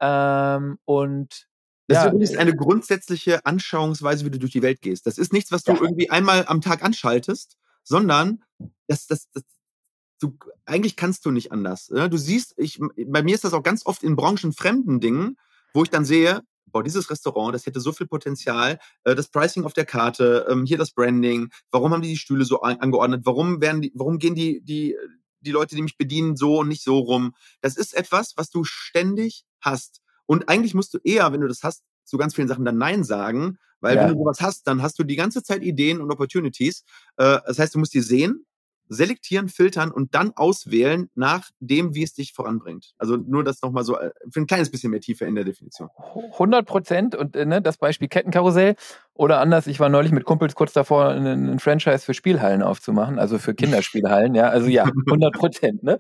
Und das ist übrigens eine grundsätzliche Anschauungsweise, wie du durch die Welt gehst. Das ist nichts, was du irgendwie einmal am Tag anschaltest, sondern eigentlich kannst du nicht anders. Du siehst, bei mir ist das auch ganz oft in branchenfremden Dingen, wo ich dann sehe, boah, dieses Restaurant, das hätte so viel Potenzial, das Pricing auf der Karte, hier das Branding, warum haben die Stühle so angeordnet, warum gehen die Leute, die mich bedienen, so und nicht so rum. Das ist etwas, was du ständig hast. Und eigentlich musst du eher, wenn du das hast, zu ganz vielen Sachen dann Nein sagen, weil wenn du sowas hast, dann hast du die ganze Zeit Ideen und Opportunities. Das heißt, du musst die sehen, selektieren, filtern und dann auswählen nach dem, wie es dich voranbringt. Also nur das nochmal so für ein kleines bisschen mehr Tiefe in der Definition. 100% und das Beispiel Kettenkarussell oder anders, ich war neulich mit Kumpels kurz davor, ein Franchise für Spielhallen aufzumachen, also für Kinderspielhallen, ja, also ja, 100%, ne?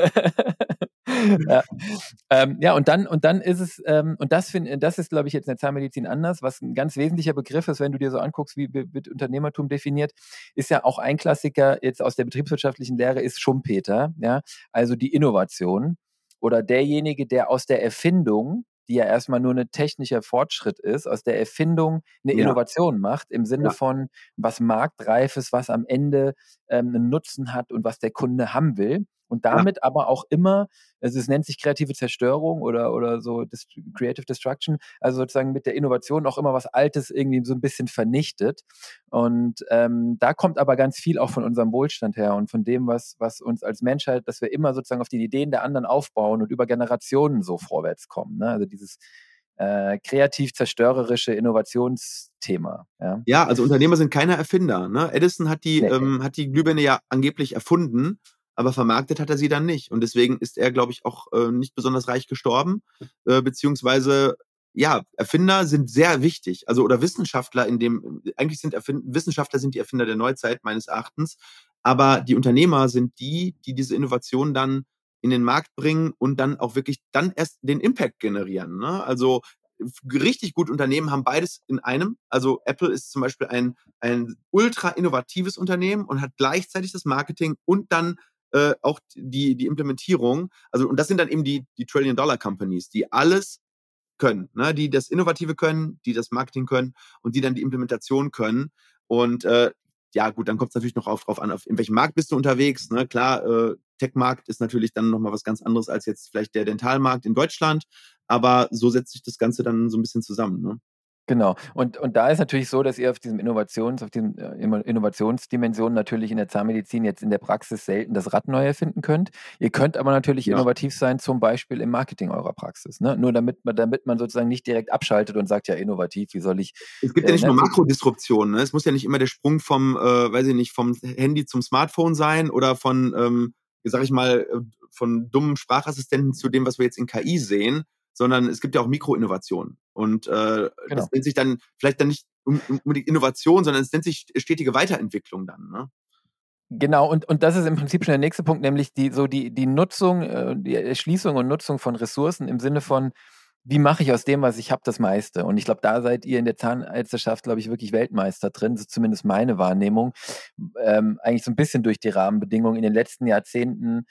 Ja, und dann ist es, und das ist, glaube ich, jetzt in der Zahnmedizin anders, was ein ganz wesentlicher Begriff ist, wenn du dir so anguckst, wie wird Unternehmertum definiert, ist ja auch ein Klassiker jetzt aus der betriebswirtschaftlichen Lehre, ist Schumpeter, ja, also die Innovation oder derjenige, der aus der Erfindung, die ja erstmal nur ein technischer Fortschritt ist, aus der Erfindung eine Innovation macht, im Sinne von was marktreifes, was am Ende einen Nutzen hat und was der Kunde haben will. Und damit aber auch immer, also es nennt sich kreative Zerstörung oder so Creative Destruction, also sozusagen mit der Innovation auch immer was Altes irgendwie so ein bisschen vernichtet. Und da kommt aber ganz viel auch von unserem Wohlstand her und von dem, was uns als Menschheit, dass wir immer sozusagen auf die Ideen der anderen aufbauen und über Generationen so vorwärts kommen. Ne? Also dieses kreativ-zerstörerische Innovationsthema. Ja, also Unternehmer sind keine Erfinder. Ne? Edison hat die Glühbirne ja angeblich erfunden, aber vermarktet hat er sie dann nicht. Und deswegen ist er, glaube ich, auch nicht besonders reich gestorben, beziehungsweise ja, Erfinder sind sehr wichtig. Also oder Wissenschaftler eigentlich sind Wissenschaftler sind die Erfinder der Neuzeit meines Erachtens, aber die Unternehmer sind die diese Innovation dann in den Markt bringen und dann auch wirklich dann erst den Impact generieren. Ne? Also richtig gut Unternehmen haben beides in einem. Also Apple ist zum Beispiel ein ultra innovatives Unternehmen und hat gleichzeitig das Marketing und dann auch die Implementierung. Also und das sind dann eben die Trillion-Dollar-Companies, die alles können, ne? Die das Innovative können, die das Marketing können und die dann die Implementation können. Und ja gut, dann kommt es natürlich noch drauf an, in welchem Markt bist du unterwegs. Ne? Klar, Tech-Markt ist natürlich dann nochmal was ganz anderes als jetzt vielleicht der Dentalmarkt in Deutschland, aber so setzt sich das Ganze dann so ein bisschen zusammen. Ne? Genau. Und da ist natürlich so, dass ihr auf diesem Innovationsdimension natürlich in der Zahnmedizin jetzt in der Praxis selten das Rad neu erfinden könnt. Ihr könnt aber natürlich Ja. innovativ sein, zum Beispiel im Marketing eurer Praxis. Ne? Nur damit man sozusagen nicht direkt abschaltet und sagt, ja, innovativ, wie soll ich. Es gibt ja nicht nur Ne? Makrodisruption, ne? Es muss ja nicht immer der Sprung vom, weiß ich nicht, vom Handy zum Smartphone sein oder von, sag ich mal, von dummen Sprachassistenten zu dem, was wir jetzt in KI sehen, sondern es gibt ja auch Mikroinnovationen. Und Genau. das nennt sich dann vielleicht dann nicht unbedingt Innovation, sondern es nennt sich stetige Weiterentwicklung dann. Ne? Genau, und das ist im Prinzip schon der nächste Punkt, nämlich die Nutzung, die Erschließung und Nutzung von Ressourcen im Sinne von, wie mache ich aus dem, was ich habe, das meiste? Und ich glaube, da seid ihr in der Zahnärzteschaft, glaube ich, wirklich Weltmeister drin. Das ist zumindest meine Wahrnehmung. Eigentlich so ein bisschen durch die Rahmenbedingungen in den letzten Jahrzehnten,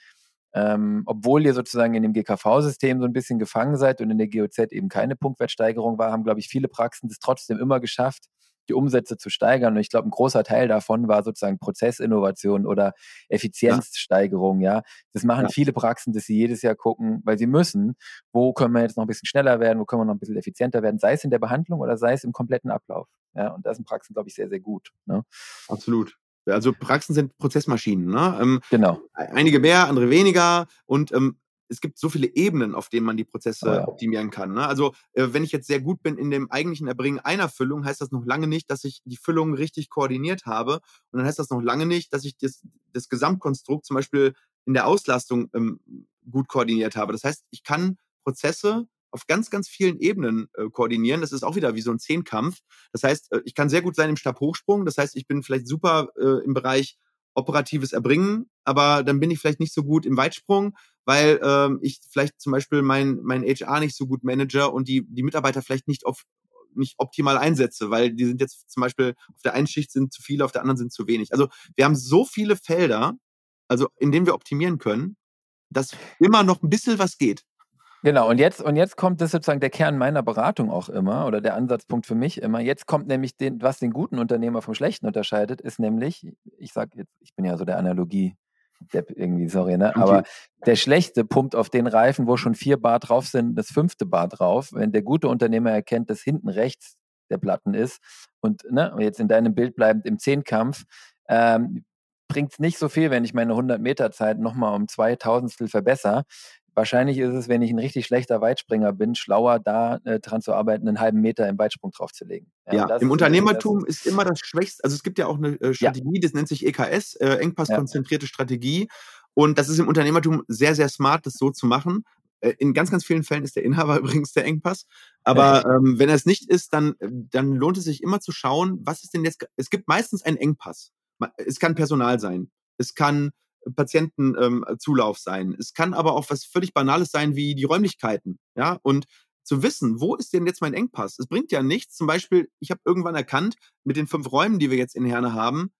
obwohl ihr sozusagen in dem GKV-System so ein bisschen gefangen seid und in der GOZ eben keine Punktwertsteigerung war, haben, glaube ich, viele Praxen das trotzdem immer geschafft, die Umsätze zu steigern. Und ich glaube, ein großer Teil davon war sozusagen Prozessinnovation oder Effizienzsteigerung. Ja, das machen viele Praxen, dass sie jedes Jahr gucken, weil sie müssen, wo können wir jetzt noch ein bisschen schneller werden, wo können wir noch ein bisschen effizienter werden, sei es in der Behandlung oder sei es im kompletten Ablauf. Ja, und da sind Praxen, glaube ich, sehr, sehr gut. Ne? Absolut. Also Praxen sind Prozessmaschinen. Ne? Genau. Einige mehr, andere weniger. Und es gibt so viele Ebenen, auf denen man die Prozesse optimieren kann. Ne? Also wenn ich jetzt sehr gut bin in dem eigentlichen Erbringen einer Füllung, heißt das noch lange nicht, dass ich die Füllung richtig koordiniert habe. Und dann heißt das noch lange nicht, dass ich das Gesamtkonstrukt zum Beispiel in der Auslastung gut koordiniert habe. Das heißt, ich kann Prozesse auf ganz, ganz vielen Ebenen koordinieren. Das ist auch wieder wie so ein Zehnkampf. Das heißt, ich kann sehr gut sein im Stabhochsprung. Das heißt, ich bin vielleicht super im Bereich operatives Erbringen, aber dann bin ich vielleicht nicht so gut im Weitsprung, weil ich vielleicht zum Beispiel mein HR nicht so gut manage und die Mitarbeiter vielleicht nicht optimal einsetze, weil die sind jetzt zum Beispiel auf der einen Schicht sind zu viele, auf der anderen sind zu wenig. Also wir haben so viele Felder, also in denen wir optimieren können, dass immer noch ein bisschen was geht. Genau, und jetzt kommt das sozusagen der Kern meiner Beratung auch immer oder der Ansatzpunkt für mich immer. Jetzt kommt nämlich was den guten Unternehmer vom schlechten unterscheidet, ist nämlich, ich sag jetzt, ich bin ja so der Analogie, der irgendwie, sorry, ne? Aber der schlechte pumpt auf den Reifen, wo schon 4 Bar drauf sind, das 5. Bar drauf. Wenn der gute Unternehmer erkennt, dass hinten rechts der Platten ist und ne, jetzt in deinem Bild bleibend im Zehnkampf, bringt es nicht so viel, wenn ich meine 100-Meter-Zeit nochmal um 2/1000 verbessere. Wahrscheinlich ist es, wenn ich ein richtig schlechter Weitspringer bin, schlauer da dran zu arbeiten, einen halben Meter im Weitsprung draufzulegen. Ja, im Unternehmertum ist immer das Schwächste. Also es gibt ja auch eine Strategie, das nennt sich EKS, Engpasskonzentrierte Strategie. Und das ist im Unternehmertum sehr, sehr smart, das so zu machen. In ganz, ganz vielen Fällen ist der Inhaber übrigens der Engpass. Aber wenn er es nicht ist, dann lohnt es sich immer zu schauen, was ist denn jetzt. Es gibt meistens einen Engpass. Es kann Personal sein. Es kann Patientenzulauf sein. Es kann aber auch was völlig Banales sein wie die Räumlichkeiten. Ja, und zu wissen, wo ist denn jetzt mein Engpass? Es bringt ja nichts. Zum Beispiel, ich habe irgendwann erkannt, mit den 5 Räumen, die wir jetzt in Herne haben,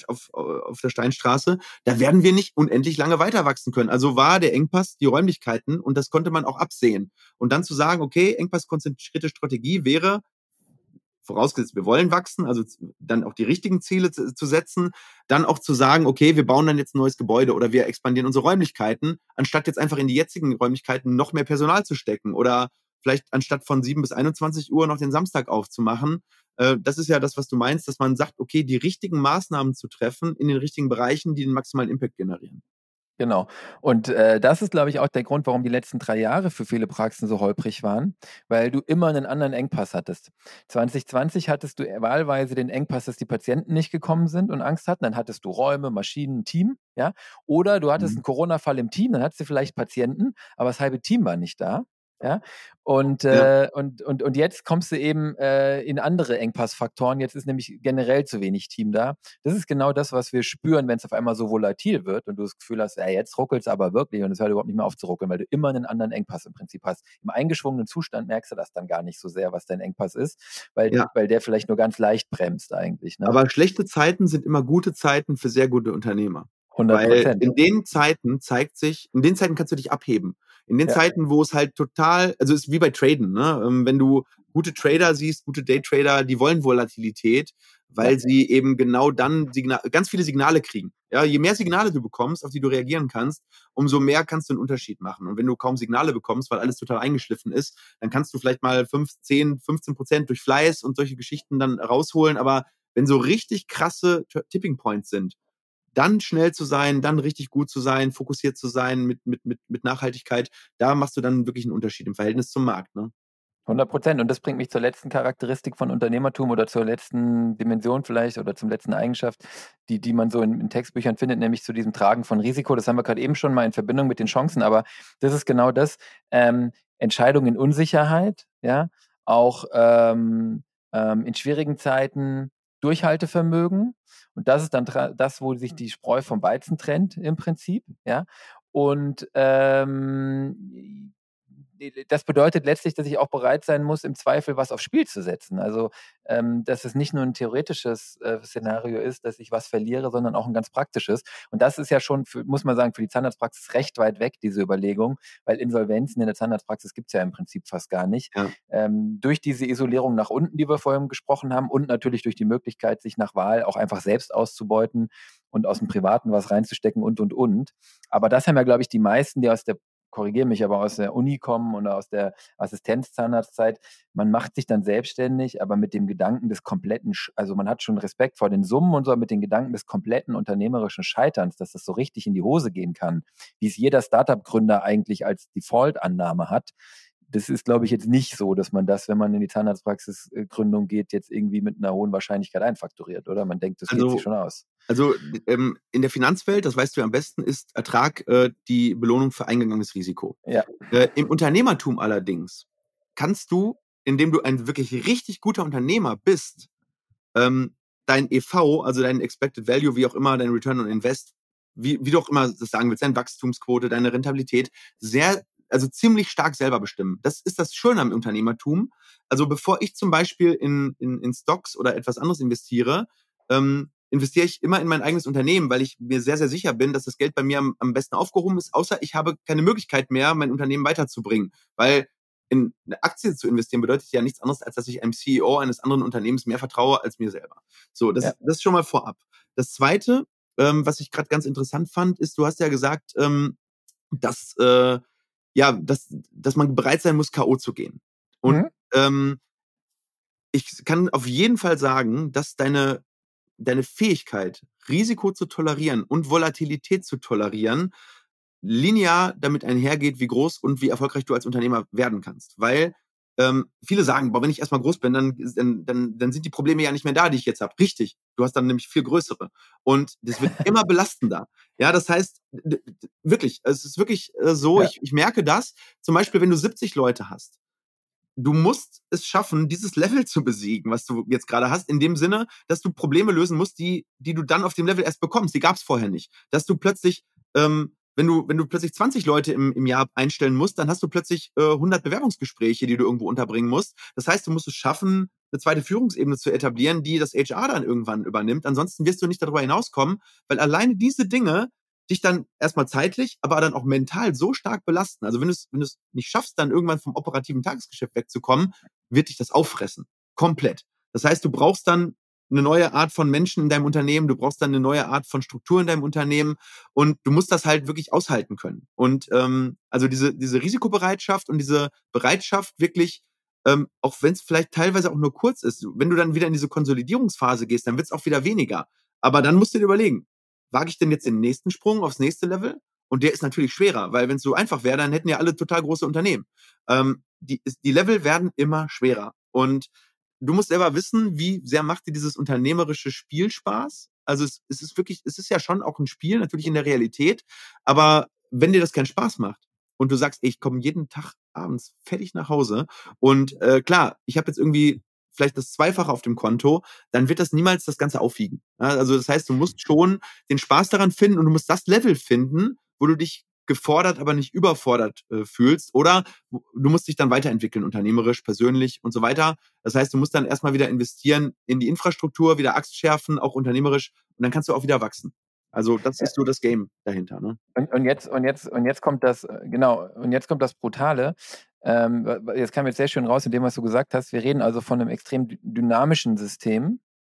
auf der Steinstraße, da werden wir nicht unendlich lange weiter wachsen können. Also war der Engpass die Räumlichkeiten und das konnte man auch absehen. Und dann zu sagen, okay, engpasskonzentrierte Strategie wäre, vorausgesetzt, wir wollen wachsen, also dann auch die richtigen Ziele zu setzen, dann auch zu sagen, okay, wir bauen dann jetzt ein neues Gebäude oder wir expandieren unsere Räumlichkeiten, anstatt jetzt einfach in die jetzigen Räumlichkeiten noch mehr Personal zu stecken oder vielleicht anstatt von 7 bis 21 Uhr noch den Samstag aufzumachen. Das ist ja das, was du meinst, dass man sagt, okay, die richtigen Maßnahmen zu treffen in den richtigen Bereichen, die den maximalen Impact generieren. Genau. Und das ist, glaube ich, auch der Grund, warum die letzten 3 Jahre für viele Praxen so holprig waren, weil du immer einen anderen Engpass hattest. 2020 hattest du wahlweise den Engpass, dass die Patienten nicht gekommen sind und Angst hatten. Dann hattest du Räume, Maschinen, Team. Ja? Oder du hattest einen Corona-Fall im Team, dann hattest du vielleicht Patienten, aber das halbe Team war nicht da. Ja? Und jetzt kommst du eben in andere Engpassfaktoren. Jetzt ist nämlich generell zu wenig Team da. Das ist genau das, was wir spüren, wenn es auf einmal so volatil wird und du das Gefühl hast, jetzt ruckelt es aber wirklich und es hört überhaupt nicht mehr auf zu ruckeln, weil du immer einen anderen Engpass im Prinzip hast. Im eingeschwungenen Zustand merkst du das dann gar nicht so sehr, was dein Engpass ist, weil der vielleicht nur ganz leicht bremst eigentlich. Ne? Aber schlechte Zeiten sind immer gute Zeiten für sehr gute Unternehmer. 100%. Weil in den Zeiten kannst du dich abheben. In den Zeiten, wo es halt total, also es ist wie bei Traden, ne? Wenn du gute Trader siehst, gute Daytrader, die wollen Volatilität. weil sie eben genau dann ganz viele Signale kriegen. Ja, je mehr Signale du bekommst, auf die du reagieren kannst, umso mehr kannst du einen Unterschied machen. Und wenn du kaum Signale bekommst, weil alles total eingeschliffen ist, dann kannst du vielleicht mal 5, 10, 15% durch Fleiß und solche Geschichten dann rausholen. Aber wenn so richtig krasse Tipping Points sind, dann schnell zu sein, dann richtig gut zu sein, fokussiert zu sein mit Nachhaltigkeit, da machst du dann wirklich einen Unterschied im Verhältnis zum Markt, ne? 100%. Und das bringt mich zur letzten Charakteristik von Unternehmertum oder zur letzten Dimension vielleicht oder zum letzten Eigenschaft, die man so in Textbüchern findet, nämlich zu diesem Tragen von Risiko. Das haben wir gerade eben schon mal in Verbindung mit den Chancen, aber das ist genau das. Entscheidungen in Unsicherheit, ja, auch in schwierigen Zeiten Durchhaltevermögen. Und das ist dann das, wo sich die Spreu vom Weizen trennt im Prinzip, ja. Und das bedeutet letztlich, dass ich auch bereit sein muss, im Zweifel was aufs Spiel zu setzen. Also, dass es nicht nur ein theoretisches Szenario ist, dass ich was verliere, sondern auch ein ganz praktisches. Und das ist ja schon, muss man sagen, für die Zahnarztpraxis recht weit weg, diese Überlegung, weil Insolvenzen in der Zahnarztpraxis gibt es ja im Prinzip fast gar nicht. Ja. Durch diese Isolierung nach unten, die wir vorhin gesprochen haben, und natürlich durch die Möglichkeit, sich nach Wahl auch einfach selbst auszubeuten und aus dem Privaten was reinzustecken und. Aber das haben ja, glaube ich, die meisten, die korrigiere mich, aber aus der Uni kommen oder aus der Assistenzzahnarztzeit, man macht sich dann selbstständig, aber mit dem Gedanken des kompletten, also man hat schon Respekt vor den Summen und so, mit den Gedanken des kompletten unternehmerischen Scheiterns, dass das so richtig in die Hose gehen kann, wie es jeder Startup-Gründer eigentlich als Default-Annahme hat. Das ist, glaube ich, jetzt nicht so, dass man das, wenn man in die Zahnarztpraxisgründung geht, jetzt irgendwie mit einer hohen Wahrscheinlichkeit einfakturiert, oder? Man denkt, das geht sich schon aus. Also in der Finanzwelt, das weißt du ja am besten, ist Ertrag die Belohnung für eingegangenes Risiko. Ja. Im Unternehmertum allerdings kannst du, indem du ein wirklich richtig guter Unternehmer bist, dein EV, also dein Expected Value, wie auch immer, dein Return on Invest, wie du auch immer das sagen willst, deine Wachstumsquote, deine Rentabilität, also ziemlich stark selber bestimmen. Das ist das Schöne am Unternehmertum. Also bevor ich zum Beispiel in Stocks oder etwas anderes investiere, investiere ich immer in mein eigenes Unternehmen, weil ich mir sehr, sehr sicher bin, dass das Geld bei mir am besten aufgehoben ist, außer ich habe keine Möglichkeit mehr, mein Unternehmen weiterzubringen. Weil in eine Aktie zu investieren bedeutet ja nichts anderes, als dass ich einem CEO eines anderen Unternehmens mehr vertraue als mir selber. So, das ist schon mal vorab. Das Zweite, was ich gerade ganz interessant fand, ist, du hast ja gesagt, dass man bereit sein muss, K.O. zu gehen. Und ich kann auf jeden Fall sagen, dass deine Fähigkeit, Risiko zu tolerieren und Volatilität zu tolerieren, linear damit einhergeht, wie groß und wie erfolgreich du als Unternehmer werden kannst. Weil viele sagen, boah, wenn ich erstmal groß bin, dann sind die Probleme ja nicht mehr da, die ich jetzt habe. Richtig, du hast dann nämlich viel größere. Und das wird immer belastender. Ja, das heißt, wirklich, es ist wirklich so, Ja. ich merke das, zum Beispiel, wenn du 70 Leute hast, du musst es schaffen, dieses Level zu besiegen, was du jetzt gerade hast, in dem Sinne, dass du Probleme lösen musst, die du dann auf dem Level erst bekommst. Die gab es vorher nicht. Dass du plötzlich, wenn du plötzlich 20 Leute im Jahr einstellen musst, dann hast du plötzlich 100 Bewerbungsgespräche, die du irgendwo unterbringen musst. Das heißt, du musst es schaffen, eine zweite Führungsebene zu etablieren, die das HR dann irgendwann übernimmt. Ansonsten wirst du nicht darüber hinauskommen, weil alleine diese Dinge dich dann erstmal zeitlich, aber dann auch mental so stark belasten. Also wenn du es nicht schaffst, dann irgendwann vom operativen Tagesgeschäft wegzukommen, wird dich das auffressen. Komplett. Das heißt, du brauchst dann eine neue Art von Menschen in deinem Unternehmen, du brauchst dann eine neue Art von Struktur in deinem Unternehmen und du musst das halt wirklich aushalten können. Und also diese Risikobereitschaft und diese Bereitschaft wirklich, auch wenn es vielleicht teilweise auch nur kurz ist, wenn du dann wieder in diese Konsolidierungsphase gehst, dann wird es auch wieder weniger. Aber dann musst du dir überlegen, wage ich denn jetzt den nächsten Sprung aufs nächste Level? Und der ist natürlich schwerer, weil wenn es so einfach wäre, dann hätten ja alle total große Unternehmen. Die Level werden immer schwerer. Und du musst selber wissen, wie sehr macht dir dieses unternehmerische Spiel Spaß? Also es ist wirklich, es ist ja schon auch ein Spiel, natürlich in der Realität. Aber wenn dir das keinen Spaß macht und du sagst, ey, ich komme jeden Tag abends fertig nach Hause und klar, ich habe jetzt irgendwie vielleicht das Zweifache auf dem Konto, dann wird das niemals das Ganze aufwiegen. Ja, also das heißt, du musst schon den Spaß daran finden und du musst das Level finden, wo du dich gefordert, aber nicht überfordert fühlst. Oder du musst dich dann weiterentwickeln, unternehmerisch, persönlich und so weiter. Das heißt, du musst dann erstmal wieder investieren in die Infrastruktur, wieder Axt schärfen, auch unternehmerisch, und dann kannst du auch wieder wachsen. Also das ist so das Game dahinter. Ne? Und jetzt kommt das, genau, und jetzt kommt das Brutale. Jetzt kam jetzt sehr schön raus in dem, was du gesagt hast. Wir reden also von einem extrem dynamischen System,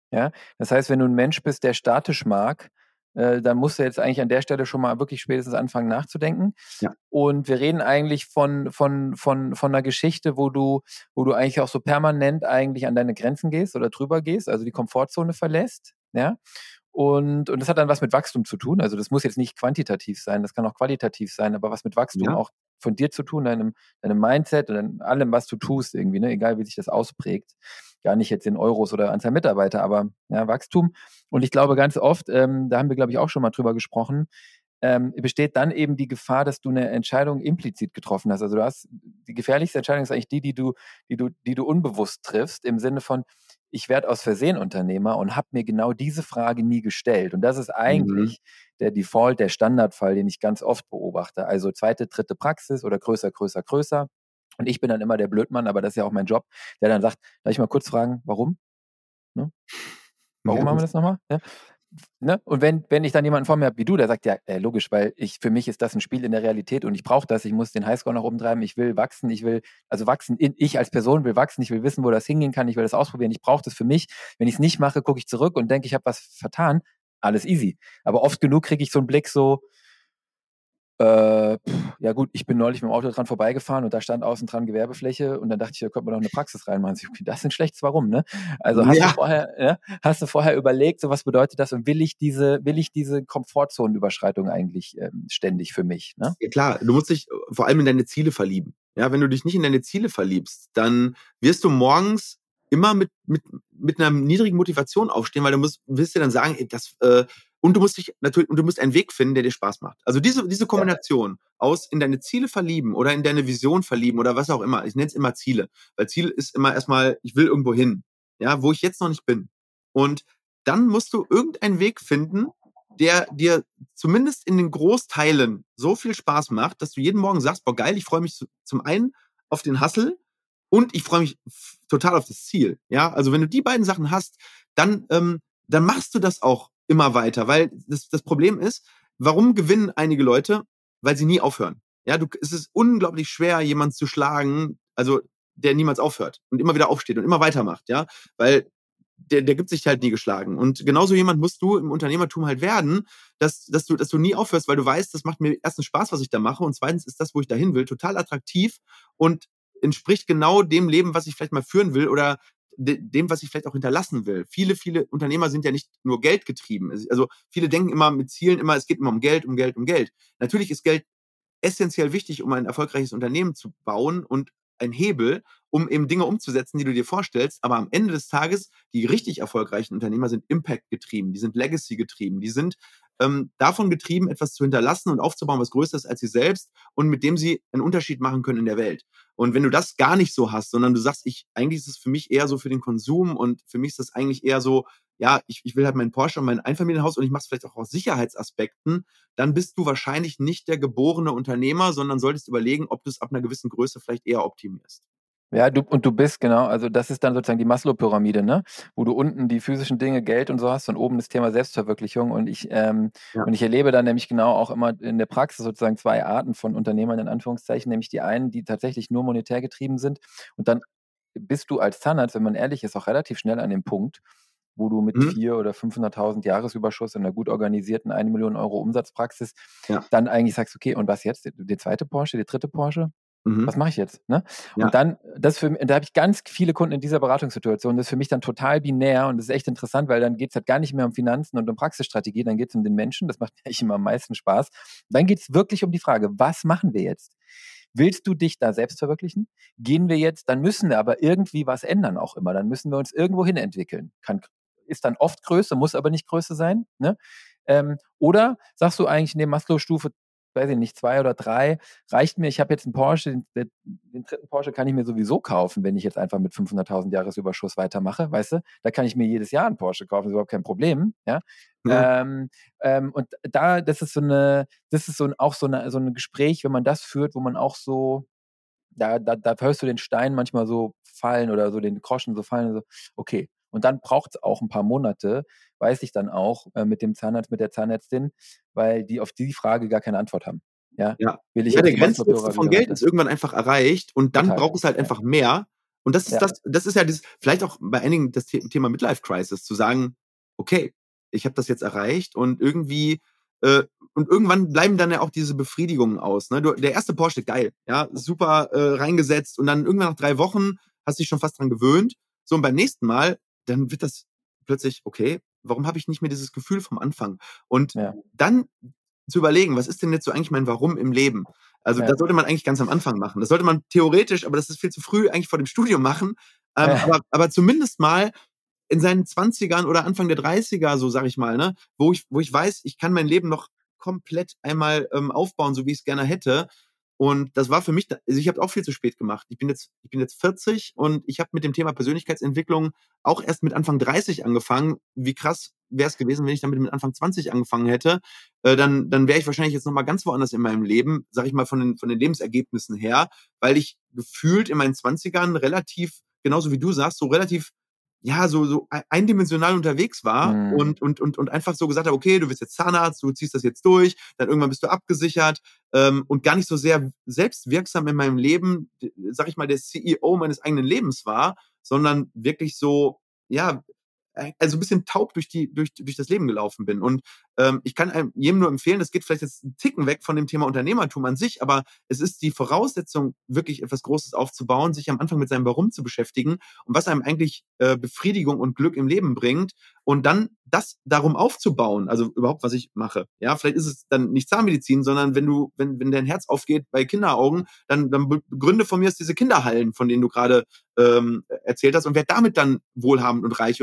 Ja? Das heißt, wenn du ein Mensch bist, der statisch mag, dann musst du jetzt eigentlich an der Stelle schon mal wirklich spätestens anfangen nachzudenken. Ja. Und wir reden eigentlich von einer Geschichte, wo du eigentlich auch so permanent eigentlich an deine Grenzen gehst oder drüber gehst, also die Komfortzone verlässt. Ja? Und das hat dann was mit Wachstum zu tun. Also das muss jetzt nicht quantitativ sein, das kann auch qualitativ sein, aber was mit Wachstum Ja. auch von dir zu tun, deinem Mindset und allem, was du tust irgendwie, ne? Egal wie sich das ausprägt. Gar nicht jetzt in Euros oder Anzahl Mitarbeiter, aber ja, Wachstum. Und ich glaube ganz oft, da haben wir, glaube ich, auch schon mal drüber gesprochen, besteht dann eben die Gefahr, dass du eine Entscheidung implizit getroffen hast. Also die gefährlichste Entscheidung ist eigentlich die du unbewusst triffst, im Sinne von, ich werde aus Versehen Unternehmer und habe mir genau diese Frage nie gestellt. Und das ist Mhm. eigentlich der Default, der Standardfall, den ich ganz oft beobachte. Also zweite, dritte Praxis oder größer, größer, größer. Und ich bin dann immer der Blödmann, aber das ist ja auch mein Job, der dann sagt, darf ich mal kurz fragen, warum? Ne? Ja, Warum machen wir das nochmal? Ja? Ne? Und wenn ich dann jemanden vor mir habe wie du, der sagt, ja, logisch, weil für mich ist das ein Spiel in der Realität und ich brauche das, ich muss den Highscore nach oben treiben, ich will wachsen, ich als Person will wachsen, ich will wissen, wo das hingehen kann, ich will das ausprobieren, ich brauche das für mich. Wenn ich es nicht mache, gucke ich zurück und denke, ich habe was vertan, alles easy. Aber oft genug kriege ich so einen Blick so, ja gut, ich bin neulich mit dem Auto dran vorbeigefahren und da stand außen dran Gewerbefläche und dann dachte ich, da könnte man doch eine Praxis reinmachen. Okay, das ist ein schlechtes Warum, ne? Also Ja, hast du vorher überlegt, so was bedeutet das und will ich diese Komfortzonenüberschreitung eigentlich ständig für mich, ne? ja klar, du musst dich vor allem in deine Ziele verlieben. Ja, wenn du dich nicht in deine Ziele verliebst, dann wirst du morgens immer mit einer niedrigen Motivation aufstehen, weil willst dir dann sagen, ey, und du musst einen Weg finden, der dir Spaß macht. Also diese Ja. Kombination aus in deine Ziele verlieben oder in deine Vision verlieben oder was auch immer. Ich nenne es immer Ziele, weil Ziel ist immer erstmal, ich will irgendwo hin, ja, wo ich jetzt noch nicht bin. Und dann musst du irgendeinen Weg finden, der dir zumindest in den Großteilen so viel Spaß macht, dass du jeden Morgen sagst, boah geil, ich freue mich zum einen auf den Hustle und ich freue mich total auf das Ziel. Ja, also wenn du die beiden Sachen hast, dann machst du das auch immer weiter, weil das Problem ist, warum gewinnen einige Leute? Weil sie nie aufhören. Ja, es ist unglaublich schwer, jemanden zu schlagen, also der niemals aufhört und immer wieder aufsteht und immer weitermacht, ja, weil der gibt sich halt nie geschlagen. Und genauso jemand musst du im Unternehmertum halt werden, dass du nie aufhörst, weil du weißt, das macht mir erstens Spaß, was ich da mache, und zweitens ist das, wo ich da hin will, total attraktiv und entspricht genau dem Leben, was ich vielleicht mal führen will oder dem, was ich vielleicht auch hinterlassen will. Viele, viele Unternehmer sind ja nicht nur geldgetrieben. Also viele denken immer mit Zielen immer, es geht immer um Geld, um Geld, um Geld. Natürlich ist Geld essentiell wichtig, um ein erfolgreiches Unternehmen zu bauen und ein Hebel, um eben Dinge umzusetzen, die du dir vorstellst. Aber am Ende des Tages, die richtig erfolgreichen Unternehmer sind Impact getrieben, die sind Legacy getrieben, die sind davon getrieben, etwas zu hinterlassen und aufzubauen, was größer ist als sie selbst und mit dem sie einen Unterschied machen können in der Welt. Und wenn du das gar nicht so hast, sondern du sagst, eigentlich ist es für mich eher so für den Konsum und für mich ist das eigentlich eher so, ja, ich will halt meinen Porsche und mein Einfamilienhaus und ich mache es vielleicht auch aus Sicherheitsaspekten, dann bist du wahrscheinlich nicht der geborene Unternehmer, sondern solltest überlegen, ob du es ab einer gewissen Größe vielleicht eher optimierst. Ja, du bist genau, also das ist dann sozusagen die Maslow-Pyramide, ne? Wo du unten die physischen Dinge, Geld und so hast und oben das Thema Selbstverwirklichung. Und ich Ja. erlebe dann nämlich genau auch immer in der Praxis sozusagen zwei Arten von Unternehmern in Anführungszeichen, nämlich die einen, die tatsächlich nur monetär getrieben sind. Und dann bist du als Zahnarzt, wenn man ehrlich ist, auch relativ schnell an dem Punkt, wo du mit Mhm. 400.000 oder 500.000 Jahresüberschuss in einer gut organisierten 1 Million Euro Umsatzpraxis Ja. dann eigentlich sagst, okay, und was jetzt? Der zweite Porsche, der dritte Porsche? Mhm. Was mache ich jetzt? Ne? Und Ja. dann, da habe ich ganz viele Kunden in dieser Beratungssituation. Das ist für mich dann total binär und das ist echt interessant, weil dann geht es halt gar nicht mehr um Finanzen und um Praxisstrategie, dann geht es um den Menschen. Das macht eigentlich immer am meisten Spaß. Dann geht es wirklich um die Frage, was machen wir jetzt? Willst du dich da selbst verwirklichen? Gehen wir jetzt, dann müssen wir aber irgendwie was ändern auch immer. Dann müssen wir uns irgendwo hin entwickeln. Ist dann oft Größe, muss aber nicht Größe sein. Ne? Oder sagst du eigentlich in der Maslow-Stufe, weiß ich nicht, 2 oder 3, reicht mir, ich habe jetzt einen Porsche, den dritten Porsche kann ich mir sowieso kaufen, wenn ich jetzt einfach mit 500.000 Jahresüberschuss weitermache, weißt du? Da kann ich mir jedes Jahr einen Porsche kaufen, ist überhaupt kein Problem, ja? Ja. Und das ist auch so ein Gespräch, wenn man das führt, wo man auch so, da hörst du den Stein manchmal so fallen oder so den Groschen so fallen, so, okay. Und dann braucht es auch ein paar Monate, weiß ich dann auch, mit dem Zahnarzt, mit der Zahnärztin, weil die auf die Frage gar keine Antwort haben. Ja, Ja. will ich Ja, jetzt der die Grenznutzen von Maslow-Pyramide Geld weiter? ist irgendwann einfach erreicht und dann Total. braucht es halt Ja. einfach mehr. Und das ist Ja. das ist ja vielleicht auch bei einigen das Thema Midlife Crisis, zu sagen, okay, ich habe das jetzt erreicht und irgendwie und irgendwann bleiben dann ja auch diese Befriedigungen aus. Ne? Der erste Porsche, geil, ja, super reingesetzt und dann irgendwann nach 3 Wochen hast du dich schon fast dran gewöhnt. So, und beim nächsten Mal, dann wird das plötzlich, okay, warum habe ich nicht mehr dieses Gefühl vom Anfang? Und Ja. dann zu überlegen, was ist denn jetzt so eigentlich mein Warum im Leben? Also das sollte man eigentlich ganz am Anfang machen. Das sollte man theoretisch, aber das ist viel zu früh, eigentlich vor dem Studium machen. Aber zumindest mal in seinen 20ern oder Anfang der 30er, so sage ich mal, ne, wo ich weiß, ich kann mein Leben noch komplett einmal aufbauen, so wie ich es gerne hätte. Und das war für mich, also ich habe auch viel zu spät gemacht. Ich bin jetzt 40 und ich habe mit dem Thema Persönlichkeitsentwicklung auch erst mit Anfang 30 angefangen. Wie krass wäre es gewesen, wenn ich damit mit Anfang 20 angefangen hätte? Dann wäre ich wahrscheinlich jetzt nochmal ganz woanders in meinem Leben, sage ich mal, von den Lebensergebnissen her, weil ich gefühlt in meinen 20ern relativ, genauso wie du sagst, so relativ ja, so eindimensional unterwegs war und einfach so gesagt habe, okay, du bist jetzt Zahnarzt, du ziehst das jetzt durch, dann irgendwann bist du abgesichert und gar nicht so sehr selbstwirksam in meinem Leben, sag ich mal, der CEO meines eigenen Lebens war, sondern wirklich so, ja, also ein bisschen taub durch das Leben gelaufen bin. Und ich kann jedem nur empfehlen, das geht vielleicht jetzt einen Ticken weg von dem Thema Unternehmertum an sich, aber es ist die Voraussetzung, wirklich etwas Großes aufzubauen, sich am Anfang mit seinem Warum zu beschäftigen und was einem eigentlich Befriedigung und Glück im Leben bringt und dann das darum aufzubauen, also überhaupt, was ich mache. Ja, vielleicht ist es dann nicht Zahnmedizin, sondern wenn dein Herz aufgeht bei Kinderaugen, dann begründe von mir aus diese Kinderhallen, von denen du gerade erzählt hast und werd damit dann wohlhabend und reich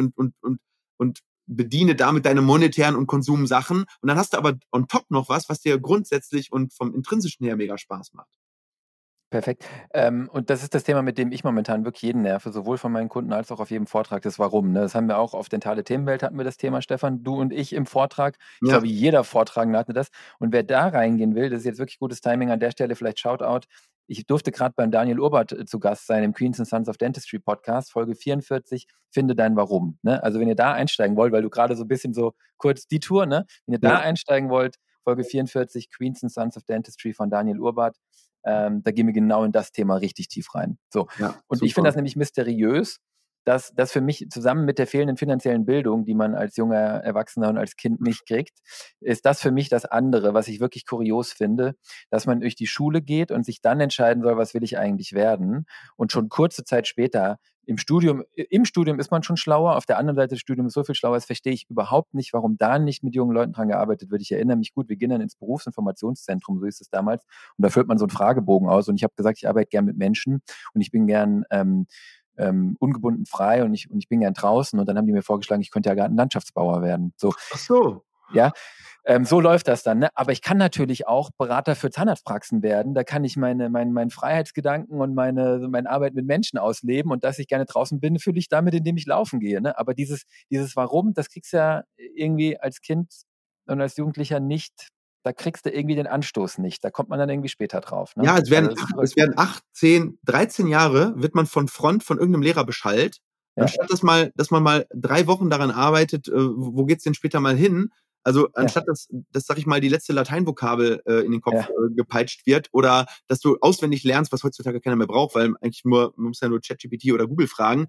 und bediene damit deine monetären und Konsumsachen. Und dann hast du aber on top noch was dir grundsätzlich und vom Intrinsischen her mega Spaß macht. Perfekt. Und das ist das Thema, mit dem ich momentan wirklich jeden nerve, sowohl von meinen Kunden als auch auf jedem Vortrag, das Warum. Ne? Das haben wir auch auf Dentale Themenwelt, hatten wir das Thema, Stefan, du und ich im Vortrag. Ich Ja. glaube, jeder Vortragende hatte das. Und wer da reingehen will, das ist jetzt wirklich gutes Timing an der Stelle, vielleicht Shoutout. Ich durfte gerade beim Daniel Urbart zu Gast sein im Queens and Sons of Dentistry Podcast, Folge 44, Finde dein Warum. Ne? Also wenn ihr da einsteigen wollt, weil du gerade so ein bisschen so kurz die Tour, ne? Wenn ihr da einsteigen wollt, Folge 44, Queens and Sons of Dentistry von Daniel Urbart, da gehen wir genau in das Thema richtig tief rein. So. Ja, und super. Ich finde das nämlich mysteriös, dass das für mich zusammen mit der fehlenden finanziellen Bildung, die man als junger Erwachsener und als Kind nicht kriegt, ist das für mich das andere, was ich wirklich kurios finde, dass man durch die Schule geht und sich dann entscheiden soll, was will ich eigentlich werden, und schon kurze Zeit später im Studium ist man schon schlauer, auf der anderen Seite des Studiums ist so viel schlauer, das verstehe ich überhaupt nicht, warum da nicht mit jungen Leuten dran gearbeitet wird. Ich erinnere mich gut, wir gehen dann ins Berufsinformationszentrum, so ist es damals, und da füllt man so einen Fragebogen aus und ich habe gesagt, ich arbeite gern mit Menschen und ich bin gern ungebunden frei und ich bin gern draußen, und dann haben die mir vorgeschlagen, ich könnte ja Gartenlandschaftsbauer werden. So. Ach so. Ja, so läuft das dann. Ne? Aber ich kann natürlich auch Berater für Zahnarztpraxen werden. Da kann ich meinen Freiheitsgedanken und meine Arbeit mit Menschen ausleben, und dass ich gerne draußen bin, fühle ich damit, indem ich laufen gehe. Ne? Aber dieses Warum, das kriegst du ja irgendwie als Kind und als Jugendlicher nicht. Da kriegst du irgendwie den Anstoß nicht. Da kommt man dann irgendwie später drauf. Ne? Ja, es werden verrückt. 8, 10, 13 Jahre wird man von irgendeinem Lehrer beschallt, Ja. anstatt dass man mal 3 Wochen daran arbeitet, wo geht's denn später mal hin? Also anstatt dass, sag ich mal, die letzte Lateinvokabel in den Kopf gepeitscht wird, oder dass du auswendig lernst, was heutzutage keiner mehr braucht, weil eigentlich man muss ja nur ChatGPT oder Google fragen,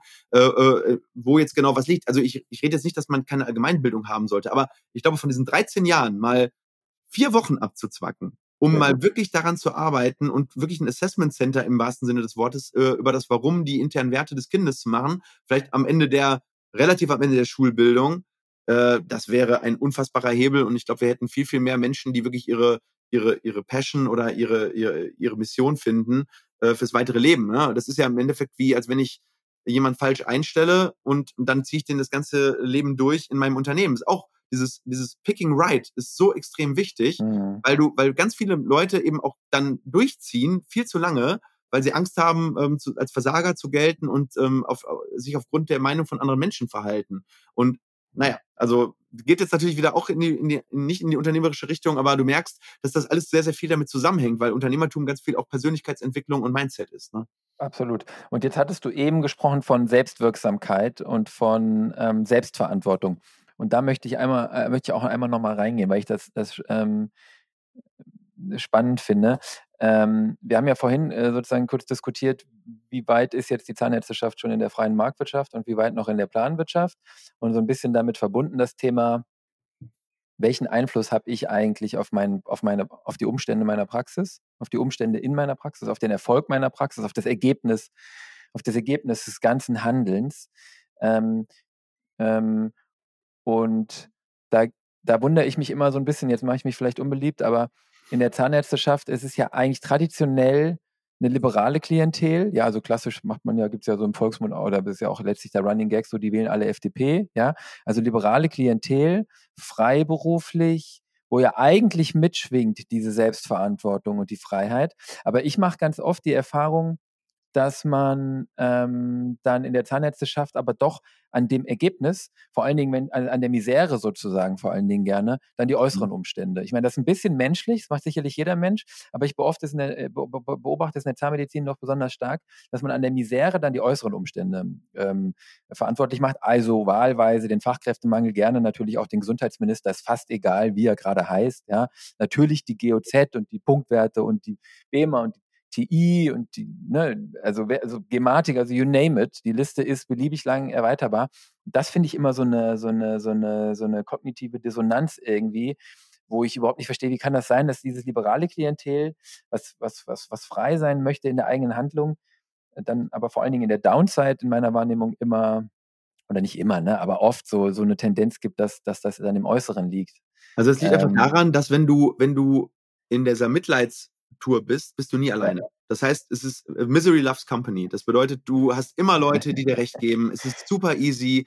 wo jetzt genau was liegt. Also ich rede jetzt nicht, dass man keine Allgemeinbildung haben sollte, aber ich glaube, von diesen 13 Jahren mal 4 Wochen abzuzwacken, um mal wirklich daran zu arbeiten und wirklich ein Assessment Center im wahrsten Sinne des Wortes über das Warum, die internen Werte des Kindes zu machen, vielleicht relativ am Ende der Schulbildung, das wäre ein unfassbarer Hebel, und ich glaube, wir hätten viel, viel mehr Menschen, die wirklich ihre Passion oder ihre Mission finden fürs weitere Leben. Ne? Das ist ja im Endeffekt wie, als wenn ich jemand falsch einstelle und dann ziehe ich den das ganze Leben durch in meinem Unternehmen. Das ist auch dieses Picking Right ist so extrem wichtig, weil ganz viele Leute eben auch dann durchziehen, viel zu lange, weil sie Angst haben, als Versager zu gelten und sich aufgrund der Meinung von anderen Menschen verhalten. Und naja, also geht jetzt natürlich wieder auch nicht in die unternehmerische Richtung, aber du merkst, dass das alles sehr, sehr viel damit zusammenhängt, weil Unternehmertum ganz viel auch Persönlichkeitsentwicklung und Mindset ist. Ne? Absolut. Und jetzt hattest du eben gesprochen von Selbstwirksamkeit und von Selbstverantwortung. Und da möchte ich auch einmal nochmal reingehen, weil ich das spannend finde. Wir haben ja vorhin sozusagen kurz diskutiert, wie weit ist jetzt die Zahnärzteschaft schon in der freien Marktwirtschaft und wie weit noch in der Planwirtschaft, und so ein bisschen damit verbunden das Thema, welchen Einfluss habe ich eigentlich auf die Umstände meiner Praxis, auf die Umstände in meiner Praxis, auf den Erfolg meiner Praxis, auf das Ergebnis des ganzen Handelns. Ähm, ähm, und da, da wundere ich mich immer so ein bisschen, jetzt mache ich mich vielleicht unbeliebt, aber in der Zahnärzteschaft ist es ja eigentlich traditionell eine liberale Klientel. Ja, also klassisch gibt es ja so im Volksmund, oder das ist ja auch letztlich der Running Gag, so die wählen alle FDP, ja. Also liberale Klientel, freiberuflich, wo ja eigentlich mitschwingt diese Selbstverantwortung und die Freiheit. Aber ich mache ganz oft die Erfahrung, dass man dann in der Zahnärzteschaft aber doch an dem Ergebnis, vor allen Dingen an der Misere sozusagen, vor allen Dingen gerne, dann die äußeren Umstände. Ich meine, das ist ein bisschen menschlich, das macht sicherlich jeder Mensch, aber ich beobachte es in der Zahnmedizin noch besonders stark, dass man an der Misere dann die äußeren Umstände verantwortlich macht. Also wahlweise den Fachkräftemangel, gerne natürlich auch den Gesundheitsminister, ist fast egal, wie er gerade heißt. Ja. Natürlich die GOZ und die Punktwerte und die BEMA und die TI und also Gematik, also you name it, die Liste ist beliebig lang erweiterbar. Das finde ich immer so eine kognitive Dissonanz irgendwie, wo ich überhaupt nicht verstehe, wie kann das sein, dass dieses liberale Klientel, was frei sein möchte in der eigenen Handlung, dann aber vor allen Dingen in der Downside in meiner Wahrnehmung immer, oder nicht immer, ne, aber oft so eine Tendenz gibt, dass das dann im Äußeren liegt. Also es liegt einfach daran, dass wenn du in dieser Mitleidstour bist du nie alleine. Ja. Das heißt, es ist Misery loves company. Das bedeutet, du hast immer Leute, die dir recht geben. Es ist super easy.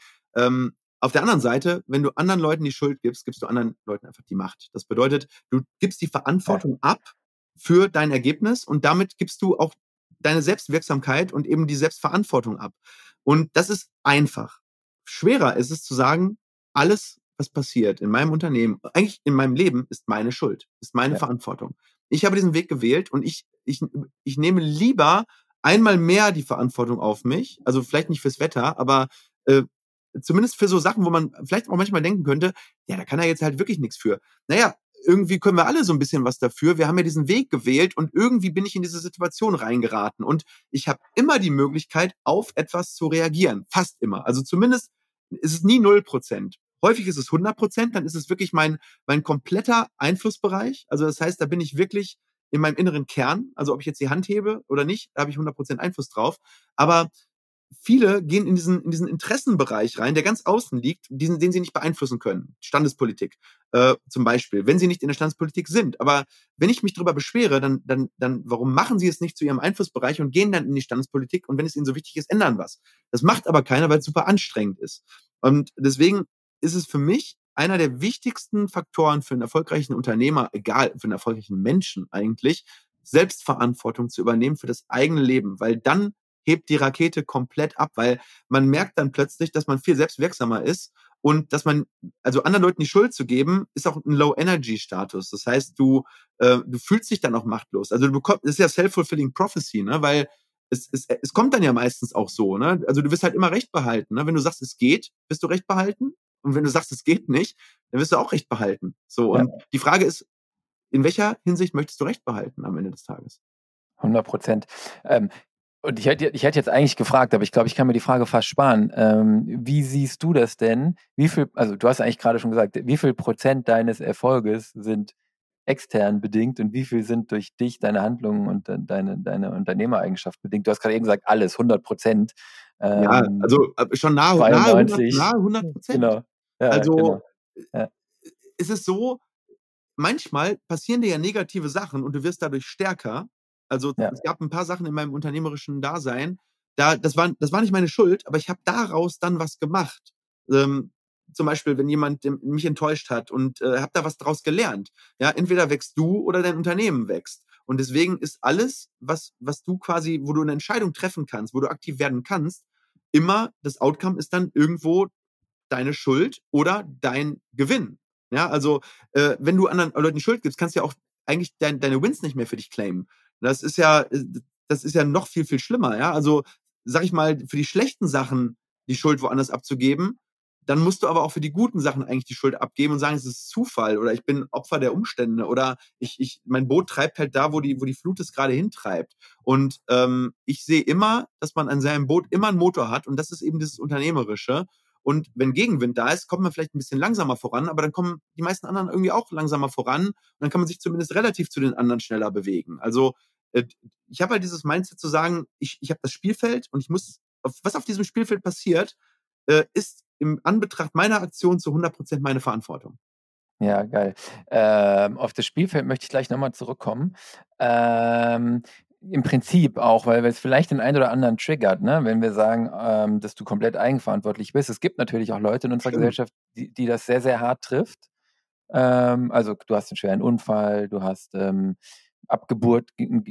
Auf der anderen Seite, wenn du anderen Leuten die Schuld gibst, gibst du anderen Leuten einfach die Macht. Das bedeutet, du gibst die Verantwortung ab für dein Ergebnis und damit gibst du auch deine Selbstwirksamkeit und eben die Selbstverantwortung ab. Und das ist einfach. Schwerer ist es zu sagen, alles, was passiert in meinem Unternehmen, eigentlich in meinem Leben, ist meine Schuld, ist meine Verantwortung. Ich habe diesen Weg gewählt und ich nehme lieber einmal mehr die Verantwortung auf mich, also vielleicht nicht fürs Wetter, aber zumindest für so Sachen, wo man vielleicht auch manchmal denken könnte, ja, da kann er jetzt halt wirklich nichts für. Naja, irgendwie können wir alle so ein bisschen was dafür. Wir haben ja diesen Weg gewählt und irgendwie bin ich in diese Situation reingeraten. Und ich habe immer die Möglichkeit, auf etwas zu reagieren. Fast immer. Also zumindest ist es nie 0%. Häufig ist es 100%, dann ist es wirklich mein kompletter Einflussbereich. Also das heißt, da bin ich wirklich in meinem inneren Kern. Also ob ich jetzt die Hand hebe oder nicht, da habe ich 100% Einfluss drauf. Aber viele gehen in diesen Interessenbereich rein, der ganz außen liegt, den sie nicht beeinflussen können. Standespolitik zum Beispiel, wenn sie nicht in der Standespolitik sind. Aber wenn ich mich darüber beschwere, dann warum machen sie es nicht zu ihrem Einflussbereich und gehen dann in die Standespolitik und wenn es ihnen so wichtig ist, ändern was. Das macht aber keiner, weil es super anstrengend ist. Und deswegen ist es für mich einer der wichtigsten Faktoren für einen erfolgreichen Unternehmer, egal, für einen erfolgreichen Menschen eigentlich, Selbstverantwortung zu übernehmen für das eigene Leben, weil dann hebt die Rakete komplett ab, weil man merkt dann plötzlich, dass man viel selbstwirksamer ist und dass man, also anderen Leuten die Schuld zu geben, ist auch ein Low-Energy-Status. Das heißt, du fühlst dich dann auch machtlos. Also das ist ja Self-Fulfilling Prophecy, ne? Weil es kommt dann ja meistens auch so, ne? Also du wirst halt immer Recht behalten, ne? Wenn du sagst, es geht, bist du Recht behalten. Und wenn du sagst, es geht nicht, dann wirst du auch Recht behalten. So, und die Frage ist, in welcher Hinsicht möchtest du Recht behalten am Ende des Tages? 100%. Und ich hätte jetzt eigentlich gefragt, aber ich glaube, ich kann mir die Frage fast sparen. Wie siehst du das denn? Also du hast eigentlich gerade schon gesagt, wie viel Prozent deines Erfolges sind extern bedingt und wie viel sind durch dich, deine Handlungen und deine Unternehmereigenschaft bedingt? Du hast gerade eben gesagt, alles, 100%. Ja, also schon nahe 100%. Genau. Ja, also genau. Ja. ist es so, manchmal passieren dir ja negative Sachen und du wirst dadurch stärker. Also es gab ein paar Sachen in meinem unternehmerischen Dasein, das war nicht meine Schuld, aber ich habe daraus dann was gemacht. Zum Beispiel, wenn jemand mich enttäuscht hat und habe da was draus gelernt. Ja, entweder wächst du oder dein Unternehmen wächst. Und deswegen ist alles, was du quasi, wo du eine Entscheidung treffen kannst, wo du aktiv werden kannst, immer das Outcome ist dann irgendwo deine Schuld oder dein Gewinn. Ja, also wenn du anderen Leuten Schuld gibst, kannst du ja auch eigentlich deine Wins nicht mehr für dich claimen. Das ist ja noch viel, viel schlimmer. Ja, also sag ich mal, für die schlechten Sachen die Schuld woanders abzugeben, dann musst du aber auch für die guten Sachen eigentlich die Schuld abgeben und sagen, es ist Zufall oder ich bin Opfer der Umstände oder mein Boot treibt halt da, wo die Flut es gerade hintreibt. Und ich sehe immer, dass man an seinem Boot immer einen Motor hat und das ist eben dieses Unternehmerische. Und wenn Gegenwind da ist, kommt man vielleicht ein bisschen langsamer voran, aber dann kommen die meisten anderen irgendwie auch langsamer voran und dann kann man sich zumindest relativ zu den anderen schneller bewegen. Also ich habe halt dieses Mindset zu sagen, ich habe das Spielfeld und ich muss, was auf diesem Spielfeld passiert, ist im Anbetracht meiner Aktion zu 100% meine Verantwortung. Ja, geil. Auf das Spielfeld möchte ich gleich nochmal zurückkommen. Im Prinzip auch, weil es vielleicht den einen oder anderen triggert, ne? Wenn wir sagen, dass du komplett eigenverantwortlich bist. Es gibt natürlich auch Leute in unserer Gesellschaft, die das sehr, sehr hart trifft. Also du hast einen schweren Unfall, du hast Abgeburt, den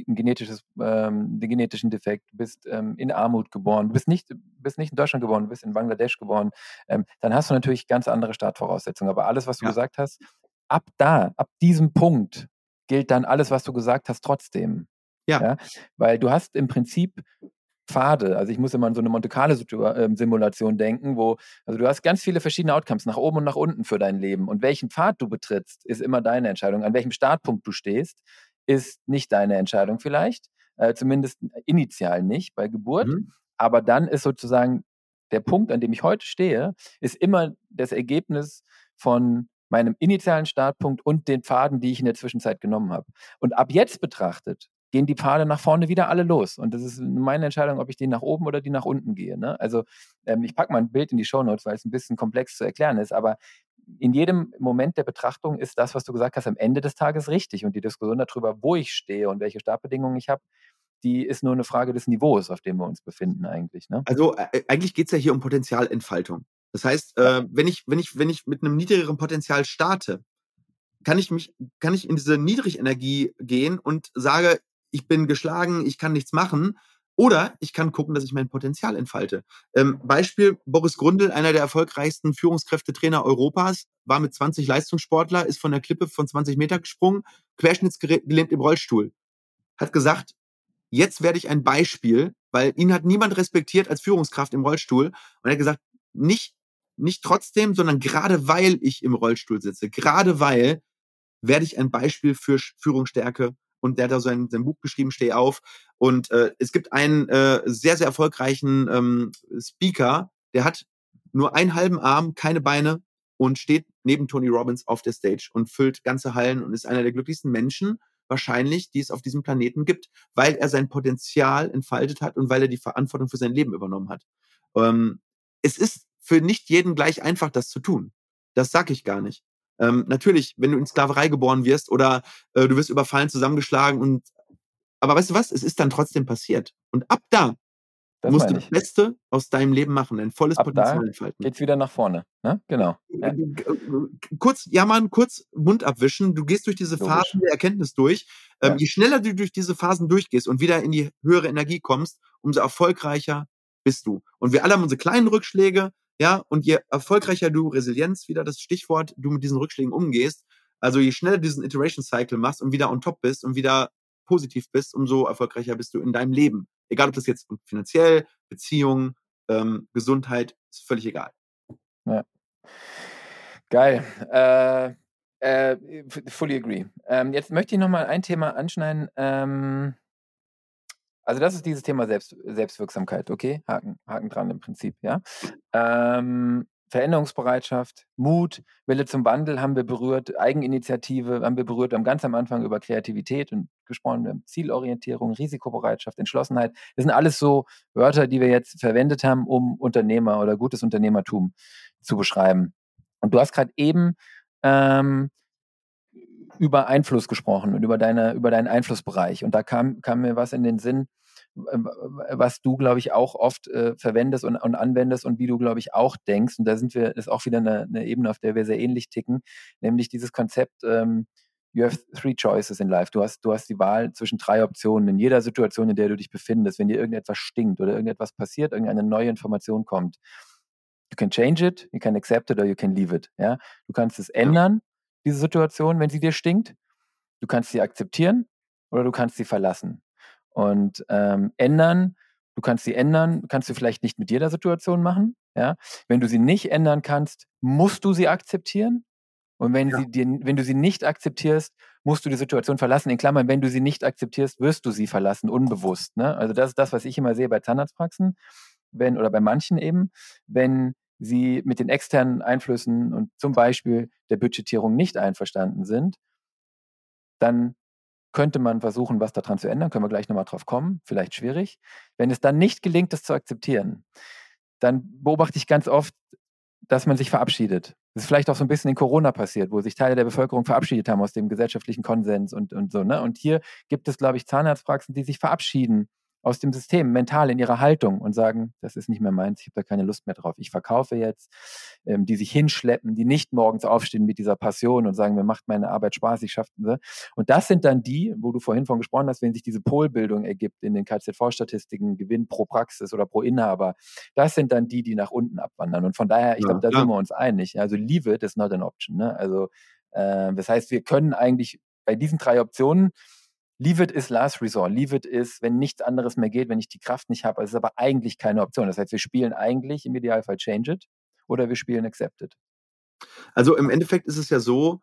genetischen Defekt, du bist in Armut geboren, du bist nicht in Deutschland geboren, du bist in Bangladesch geboren, dann hast du natürlich ganz andere Startvoraussetzungen. Aber alles, was du gesagt hast, ab diesem Punkt gilt dann alles, was du gesagt hast, trotzdem. Ja? Weil du hast im Prinzip Pfade. Also ich muss immer an so eine Monte-Carlo-Simulation denken, also du hast ganz viele verschiedene Outcomes nach oben und nach unten für dein Leben. Und welchen Pfad du betrittst, ist immer deine Entscheidung. An welchem Startpunkt du stehst, ist nicht deine Entscheidung vielleicht. Zumindest initial nicht bei Geburt. Aber dann ist sozusagen der Punkt, an dem ich heute stehe, ist immer das Ergebnis von meinem initialen Startpunkt und den Pfaden, die ich in der Zwischenzeit genommen habe. Und ab jetzt betrachtet, gehen die Pfade nach vorne wieder alle los. Und das ist meine Entscheidung, ob ich die nach oben oder die nach unten gehe. Ne? Also ich packe mal ein Bild in die Shownotes, weil es ein bisschen komplex zu erklären ist, aber in jedem Moment der Betrachtung ist das, was du gesagt hast, am Ende des Tages richtig. Und die Diskussion darüber, wo ich stehe und welche Startbedingungen ich habe, die ist nur eine Frage des Niveaus, auf dem wir uns befinden eigentlich. Ne? Also eigentlich geht es ja hier um Potenzialentfaltung. Das heißt, wenn ich mit einem niedrigeren Potenzial starte, kann ich in diese Niedrigenergie gehen und sage, ich bin geschlagen, ich kann nichts machen. Oder ich kann gucken, dass ich mein Potenzial entfalte. Beispiel Boris Grundl, einer der erfolgreichsten Führungskräftetrainer Europas, war mit 20 Leistungssportler, ist von der Klippe von 20 Meter gesprungen, querschnittsgelähmt im Rollstuhl. Hat gesagt, jetzt werde ich ein Beispiel, weil ihn hat niemand respektiert als Führungskraft im Rollstuhl. Und er hat gesagt, nicht trotzdem, sondern gerade weil ich im Rollstuhl sitze, gerade weil werde ich ein Beispiel für Führungsstärke. Und der hat da sein Buch geschrieben, Steh auf. Und es gibt einen sehr, sehr erfolgreichen Speaker, der hat nur einen halben Arm, keine Beine und steht neben Tony Robbins auf der Stage und füllt ganze Hallen und ist einer der glücklichsten Menschen wahrscheinlich, die es auf diesem Planeten gibt, weil er sein Potenzial entfaltet hat und weil er die Verantwortung für sein Leben übernommen hat. Es ist für nicht jeden gleich einfach, das zu tun. Das sag ich gar nicht. Natürlich, wenn du in Sklaverei geboren wirst oder du wirst überfallen, zusammengeschlagen aber weißt du was? Es ist dann trotzdem passiert. Und ab da musst du das Beste aus deinem Leben machen, dein volles Potenzial entfalten. Geht's wieder nach vorne, ne? Genau. Ja. Kurz Mund abwischen. Du gehst durch diese Phasen der Erkenntnis durch. Je schneller du durch diese Phasen durchgehst und wieder in die höhere Energie kommst, umso erfolgreicher bist du. Und wir alle haben unsere kleinen Rückschläge, ja, und je erfolgreicher du, Resilienz, wieder das Stichwort, du mit diesen Rückschlägen umgehst, also je schneller du diesen Iteration Cycle machst und wieder on top bist und wieder positiv bist, umso erfolgreicher bist du in deinem Leben. Egal, ob das jetzt finanziell, Beziehungen, Gesundheit, ist völlig egal. Ja. Geil. Fully agree. Jetzt möchte ich nochmal ein Thema anschneiden. Also das ist dieses Thema Selbstwirksamkeit, okay? Haken dran im Prinzip, ja. Veränderungsbereitschaft, Mut, Wille zum Wandel haben wir berührt, Eigeninitiative haben wir berührt, wir haben ganz am Anfang über Kreativität und gesprochen, wir haben Zielorientierung, Risikobereitschaft, Entschlossenheit. Das sind alles so Wörter, die wir jetzt verwendet haben, um Unternehmer oder gutes Unternehmertum zu beschreiben. Und du hast gerade eben über Einfluss gesprochen und über deinen Einflussbereich. Und da kam mir was in den Sinn, was du, glaube ich, auch oft verwendest und anwendest und wie du, glaube ich, auch denkst. Und das ist auch wieder eine Ebene, auf der wir sehr ähnlich ticken, nämlich dieses Konzept, you have 3 choices in life. Du hast die Wahl zwischen 3 Optionen in jeder Situation, in der du dich befindest. Wenn dir irgendetwas stinkt oder irgendetwas passiert, irgendeine neue Information kommt. You can change it, you can accept it or you can leave it. Ja? Du kannst es ändern, diese Situation, wenn sie dir stinkt. Du kannst sie akzeptieren oder du kannst sie verlassen. Und ändern, du kannst sie ändern, kannst du vielleicht nicht mit jeder Situation machen. Ja? Wenn du sie nicht ändern kannst, musst du sie akzeptieren. Und wenn du sie nicht akzeptierst, musst du die Situation verlassen. In Klammern, wenn du sie nicht akzeptierst, wirst du sie verlassen, unbewusst. Ne? Also das ist das, was ich immer sehe bei Zahnarztpraxen, oder bei manchen eben, wenn sie mit den externen Einflüssen und zum Beispiel der Budgetierung nicht einverstanden sind, dann könnte man versuchen, was daran zu ändern. Können wir gleich nochmal drauf kommen. Vielleicht schwierig. Wenn es dann nicht gelingt, das zu akzeptieren, dann beobachte ich ganz oft, dass man sich verabschiedet. Das ist vielleicht auch so ein bisschen in Corona passiert, wo sich Teile der Bevölkerung verabschiedet haben aus dem gesellschaftlichen Konsens und so. Ne? Und hier gibt es, glaube ich, Zahnarztpraxen, die sich verabschieden aus dem System, mental in ihrer Haltung und sagen, das ist nicht mehr meins, ich habe da keine Lust mehr drauf, ich verkaufe jetzt, die sich hinschleppen, die nicht morgens aufstehen mit dieser Passion und sagen, mir macht meine Arbeit Spaß, ich schaffe das. Und das sind dann die, wo du vorhin von gesprochen hast, wenn sich diese Polbildung ergibt in den KZV-Statistiken, Gewinn pro Praxis oder pro Inhaber, das sind dann die nach unten abwandern. Und von daher, ich glaube, da sind wir uns einig. Also leave it is not an option. Ne? Also das heißt, wir können eigentlich bei diesen 3 Optionen, leave it is last resort. Leave it is, wenn nichts anderes mehr geht, wenn ich die Kraft nicht habe. Es ist aber eigentlich keine Option. Das heißt, wir spielen eigentlich im Idealfall change it oder wir spielen accept it. Also im Endeffekt ist es ja so,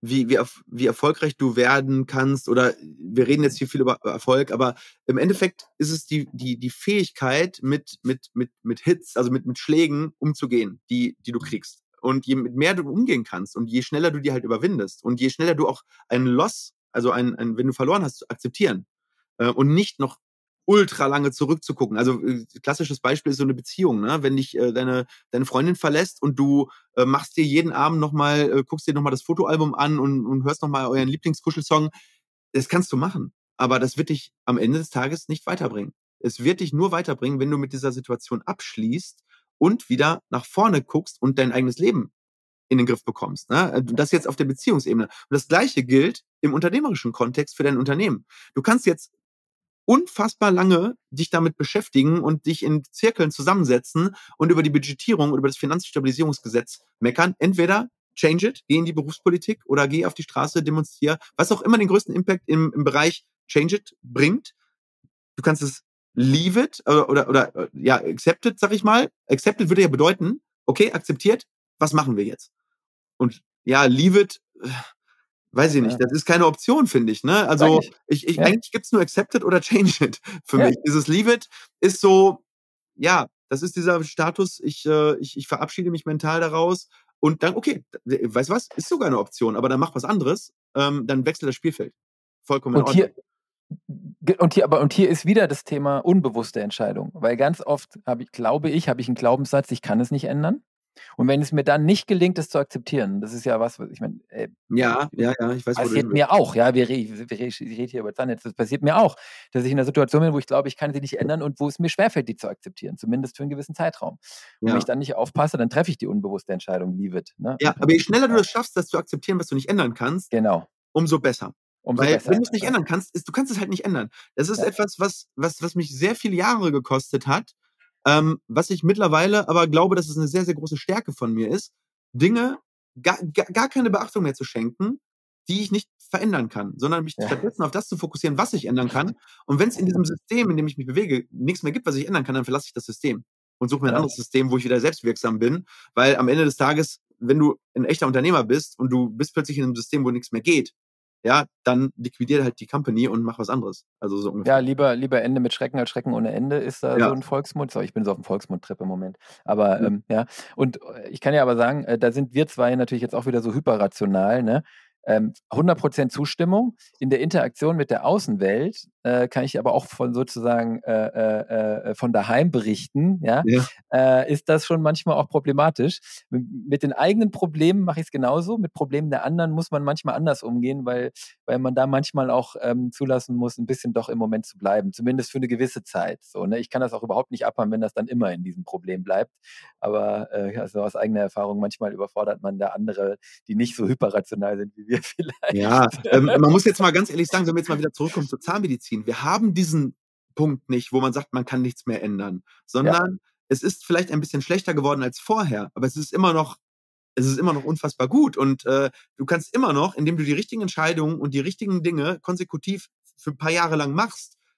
wie erfolgreich du werden kannst, oder wir reden jetzt hier viel über Erfolg, aber im Endeffekt ist es die Fähigkeit, mit Hits, also mit Schlägen umzugehen, die du kriegst. Und je mehr du umgehen kannst und je schneller du die halt überwindest und je schneller du auch einen Loss, also wenn du verloren hast, zu akzeptieren und nicht noch ultra lange zurückzugucken. Also klassisches Beispiel ist so eine Beziehung, ne? Wenn dich deine Freundin verlässt und du machst dir jeden Abend nochmal, guckst dir nochmal das Fotoalbum an und hörst nochmal euren Lieblingskuschelsong. Das kannst du machen, aber das wird dich am Ende des Tages nicht weiterbringen. Es wird dich nur weiterbringen, wenn du mit dieser Situation abschließt und wieder nach vorne guckst und dein eigenes Leben in den Griff bekommst. Ne? Das jetzt auf der Beziehungsebene. Und das Gleiche gilt im unternehmerischen Kontext für dein Unternehmen. Du kannst jetzt unfassbar lange dich damit beschäftigen und dich in Zirkeln zusammensetzen und über die Budgetierung und über das Finanzstabilisierungsgesetz meckern. Entweder change it, geh in die Berufspolitik oder geh auf die Straße, demonstriere, was auch immer den größten Impact im Bereich change it bringt. Du kannst es leave it oder accept it, sag ich mal. Accept it würde ja bedeuten, okay, akzeptiert, was machen wir jetzt? Und ja, leave it, weiß ich nicht, das ist keine Option, finde ich. Ne? Also eigentlich gibt es nur accept it oder change it für mich. Dieses leave it ist so, ja, das ist dieser Status, ich verabschiede mich mental daraus und dann, okay, weißt du was, ist sogar eine Option, aber dann mach was anderes, dann wechsel das Spielfeld. Vollkommen in Ordnung. Und hier ist wieder das Thema unbewusste Entscheidung, weil ganz oft habe ich einen Glaubenssatz, ich kann es nicht ändern. Und wenn es mir dann nicht gelingt, es zu akzeptieren, das ist ja was, ich meine, ja, ich weiß, passiert mir auch, ja, wir reden hier über Zahnärzte, das passiert mir auch, dass ich in einer Situation bin, wo ich glaube, ich kann sie nicht ändern und wo es mir schwerfällt, die zu akzeptieren, zumindest für einen gewissen Zeitraum. Und wenn ich dann nicht aufpasse, dann treffe ich die unbewusste Entscheidung, leave it. Ne? Ja, aber je schneller du es schaffst, das zu akzeptieren, was du nicht ändern kannst, umso besser. Weil wenn du es nicht ändern kannst, du kannst es halt nicht ändern. Das ist etwas, was mich sehr viele Jahre gekostet hat, was ich mittlerweile aber glaube, dass es eine sehr, sehr große Stärke von mir ist, Dinge gar keine Beachtung mehr zu schenken, die ich nicht verändern kann, sondern mich stattdessen auf das zu fokussieren, was ich ändern kann. Und wenn es in diesem System, in dem ich mich bewege, nichts mehr gibt, was ich ändern kann, dann verlasse ich das System und suche mir ein anderes System, wo ich wieder selbstwirksam bin. Weil am Ende des Tages, wenn du ein echter Unternehmer bist und du bist plötzlich in einem System, wo nichts mehr geht, ja, dann liquidiere halt die Company und mach was anderes. Also so ungefähr. Ja, lieber Ende mit Schrecken als Schrecken ohne Ende ist da so ein Volksmund. So, ich bin so auf dem Volksmund-Trip im Moment. Aber und ich kann ja aber sagen, da sind wir zwei natürlich jetzt auch wieder so hyperrational, ne? 100% Zustimmung. In der Interaktion mit der Außenwelt kann ich aber auch von sozusagen von daheim berichten, ist das schon manchmal auch problematisch. Mit den eigenen Problemen mache ich es genauso. Mit Problemen der anderen muss man manchmal anders umgehen, weil man da manchmal auch zulassen muss, ein bisschen doch im Moment zu bleiben, zumindest für eine gewisse Zeit. So, ne? Ich kann das auch überhaupt nicht abhaben, wenn das dann immer in diesem Problem bleibt. Aber also aus eigener Erfahrung, manchmal überfordert man da andere, die nicht so hyperrational sind wie wir vielleicht. Ja, man muss jetzt mal ganz ehrlich sagen, wenn wir jetzt mal wieder zurückkommen zur Zahnmedizin, wir haben diesen Punkt nicht, wo man sagt, man kann nichts mehr ändern, sondern es ist vielleicht ein bisschen schlechter geworden als vorher, aber es ist immer noch unfassbar gut und du kannst immer noch, indem du die richtigen Entscheidungen und die richtigen Dinge konsekutiv für ein paar Jahre lang machst,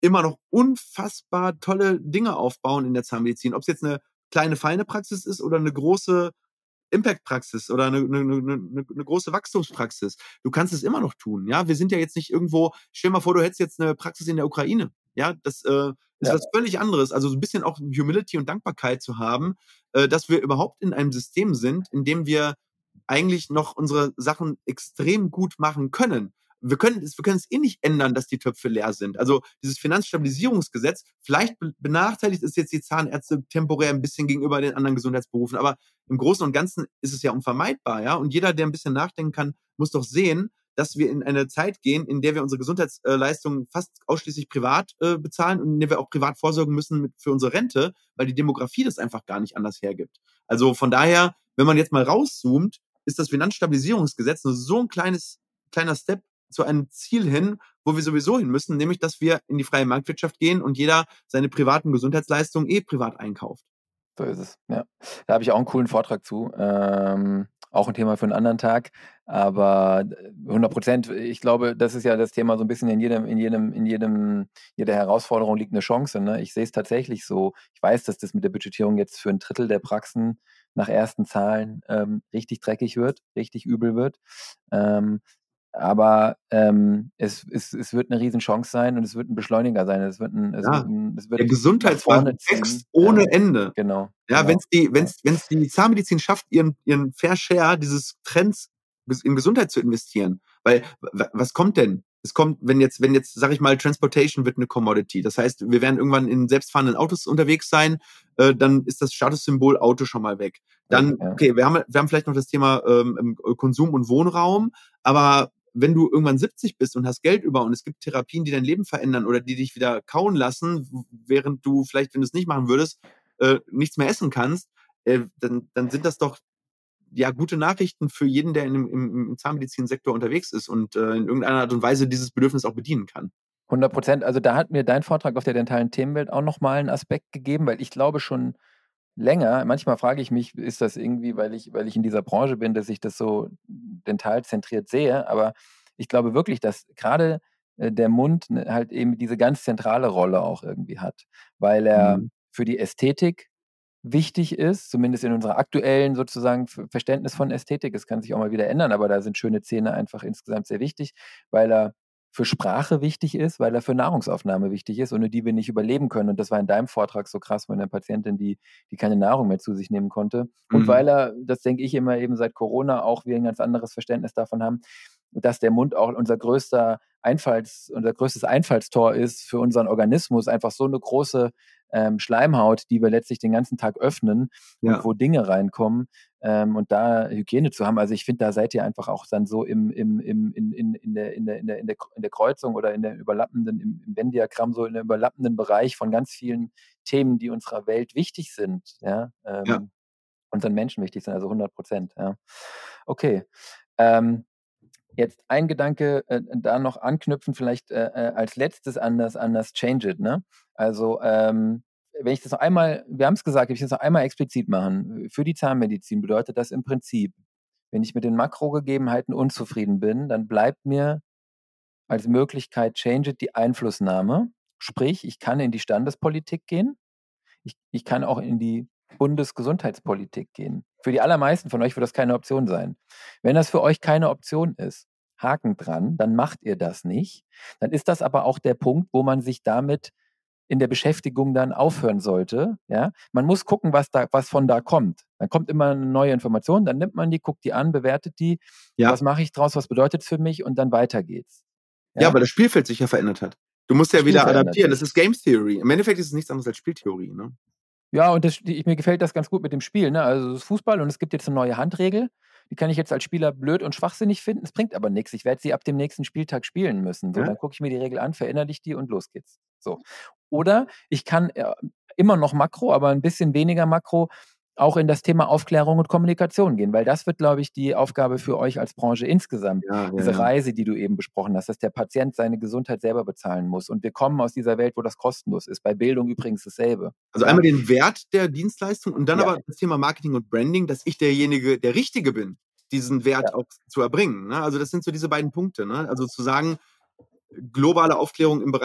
immer noch unfassbar tolle Dinge aufbauen in der Zahnmedizin. Ob es jetzt eine kleine, feine Praxis ist oder eine große Impact-Praxis oder eine große Wachstumspraxis. Du kannst es immer noch tun. Ja, wir sind ja jetzt nicht irgendwo, stell dir mal vor, du hättest jetzt eine Praxis in der Ukraine. Ja, das ist was völlig anderes. Also so ein bisschen auch Humility und Dankbarkeit zu haben, dass wir überhaupt in einem System sind, in dem wir eigentlich noch unsere Sachen extrem gut machen können. Wir können es eh nicht ändern, dass die Töpfe leer sind. Also dieses Finanzstabilisierungsgesetz, vielleicht benachteiligt es jetzt die Zahnärzte temporär ein bisschen gegenüber den anderen Gesundheitsberufen, aber im Großen und Ganzen ist es ja unvermeidbar, ja. Und jeder, der ein bisschen nachdenken kann, muss doch sehen, dass wir in eine Zeit gehen, in der wir unsere Gesundheitsleistungen fast ausschließlich privat bezahlen und in der wir auch privat vorsorgen müssen für unsere Rente, weil die Demografie das einfach gar nicht anders hergibt. Also von daher, wenn man jetzt mal rauszoomt, ist das Finanzstabilisierungsgesetz nur so ein kleiner Step zu einem Ziel hin, wo wir sowieso hin müssen, nämlich, dass wir in die freie Marktwirtschaft gehen und jeder seine privaten Gesundheitsleistungen privat einkauft. So ist es, ja. Da habe ich auch einen coolen Vortrag zu. Auch ein Thema für einen anderen Tag, aber 100%. Ich glaube, das ist ja das Thema so ein bisschen jeder Herausforderung liegt eine Chance, ne? Ich sehe es tatsächlich so. Ich weiß, dass das mit der Budgetierung jetzt für ein Drittel der Praxen nach ersten Zahlen richtig dreckig wird, richtig übel wird. Aber es wird eine Riesenchance sein und es wird ein Beschleuniger sein. Es wird Der Gesundheitswesen wächst ohne Ende. Genau. Ja, wenn es die Zahnmedizin schafft, ihren Fair Share dieses Trends in Gesundheit zu investieren. Weil, was kommt denn? Es kommt, wenn jetzt, sag ich mal, Transportation wird eine Commodity. Das heißt, wir werden irgendwann in selbstfahrenden Autos unterwegs sein, dann ist das Statussymbol Auto schon mal weg. Dann, okay, wir haben vielleicht noch das Thema Konsum und Wohnraum, aber wenn du irgendwann 70 bist und hast Geld über und es gibt Therapien, die dein Leben verändern oder die dich wieder kauen lassen, während du vielleicht, wenn du es nicht machen würdest, nichts mehr essen kannst, dann sind das doch ja gute Nachrichten für jeden, der im Zahnmedizinsektor unterwegs ist und in irgendeiner Art und Weise dieses Bedürfnis auch bedienen kann. 100%. Also da hat mir dein Vortrag auf der dentalen Themenwelt auch nochmal einen Aspekt gegeben, weil ich glaube schon länger, manchmal frage ich mich, ist das irgendwie, weil ich in dieser Branche bin, dass ich das so dentalzentriert sehe, aber ich glaube wirklich, dass gerade der Mund halt eben diese ganz zentrale Rolle auch irgendwie hat, weil er für die Ästhetik wichtig ist, zumindest in unserer aktuellen sozusagen Verständnis von Ästhetik. Es kann sich auch mal wieder ändern, aber da sind schöne Zähne einfach insgesamt sehr wichtig, weil er für Sprache wichtig ist, weil er für Nahrungsaufnahme wichtig ist, ohne die wir nicht überleben können. Und das war in deinem Vortrag so krass von einer Patientin, die keine Nahrung mehr zu sich nehmen konnte. Und weil er, das denke ich immer eben seit Corona, auch wir ein ganz anderes Verständnis davon haben, dass der Mund auch unser größtes Einfallstor ist für unseren Organismus, einfach so eine große Schleimhaut, die wir letztlich den ganzen Tag öffnen und wo Dinge reinkommen und da Hygiene zu haben. Also ich finde, da seid ihr einfach auch dann so in der Kreuzung oder in der überlappenden, im Venn-Diagramm, so in der überlappenden Bereich von ganz vielen Themen, die unserer Welt wichtig sind, unseren Menschen wichtig sind, also 100%. Ja. Okay. Jetzt ein Gedanke, da noch anknüpfen, vielleicht als letztes an das Change It, ne? Also, wenn ich das noch einmal, wir haben es gesagt, wenn ich das noch einmal explizit machen, für die Zahnmedizin bedeutet das im Prinzip, wenn ich mit den Makrogegebenheiten unzufrieden bin, dann bleibt mir als Möglichkeit Change It die Einflussnahme. Sprich, ich kann in die Standespolitik gehen, ich kann auch in die Bundesgesundheitspolitik gehen. Für die allermeisten von euch wird das keine Option sein. Wenn das für euch keine Option ist, Haken dran, dann macht ihr das nicht. Dann ist das aber auch der Punkt, wo man sich damit in der Beschäftigung dann aufhören sollte. Ja? Man muss gucken, was von da kommt. Dann kommt immer eine neue Information, dann nimmt man die, guckt die an, bewertet die, was mache ich draus, was bedeutet es für mich und dann weiter geht's. Ja, weil das Spielfeld sich ja verändert hat. Du musst ja wieder adaptieren. Das ist Game Theory. Im Endeffekt ist es nichts anderes als Spieltheorie. Ne? Ja, und mir gefällt das ganz gut mit dem Spiel. Ne? Also es ist Fußball und es gibt jetzt eine neue Handregel. Die kann ich jetzt als Spieler blöd und schwachsinnig finden. Es bringt aber nichts. Ich werde sie ab dem nächsten Spieltag spielen müssen. So, dann gucke ich mir die Regel an, verinnerliche die und los geht's. So. Oder ich kann immer noch Makro, aber ein bisschen weniger Makro auch in das Thema Aufklärung und Kommunikation gehen, weil das wird, glaube ich, die Aufgabe für euch als Branche insgesamt. Diese Reise, die du eben besprochen hast, dass der Patient seine Gesundheit selber bezahlen muss. Und wir kommen aus dieser Welt, wo das kostenlos ist. Bei Bildung übrigens dasselbe. Also einmal den Wert der Dienstleistung und dann aber das Thema Marketing und Branding, dass ich der Richtige bin, diesen Wert auch zu erbringen. Ne? Also das sind so diese beiden Punkte. Ne? Also zu sagen, globale Aufklärung im Bereich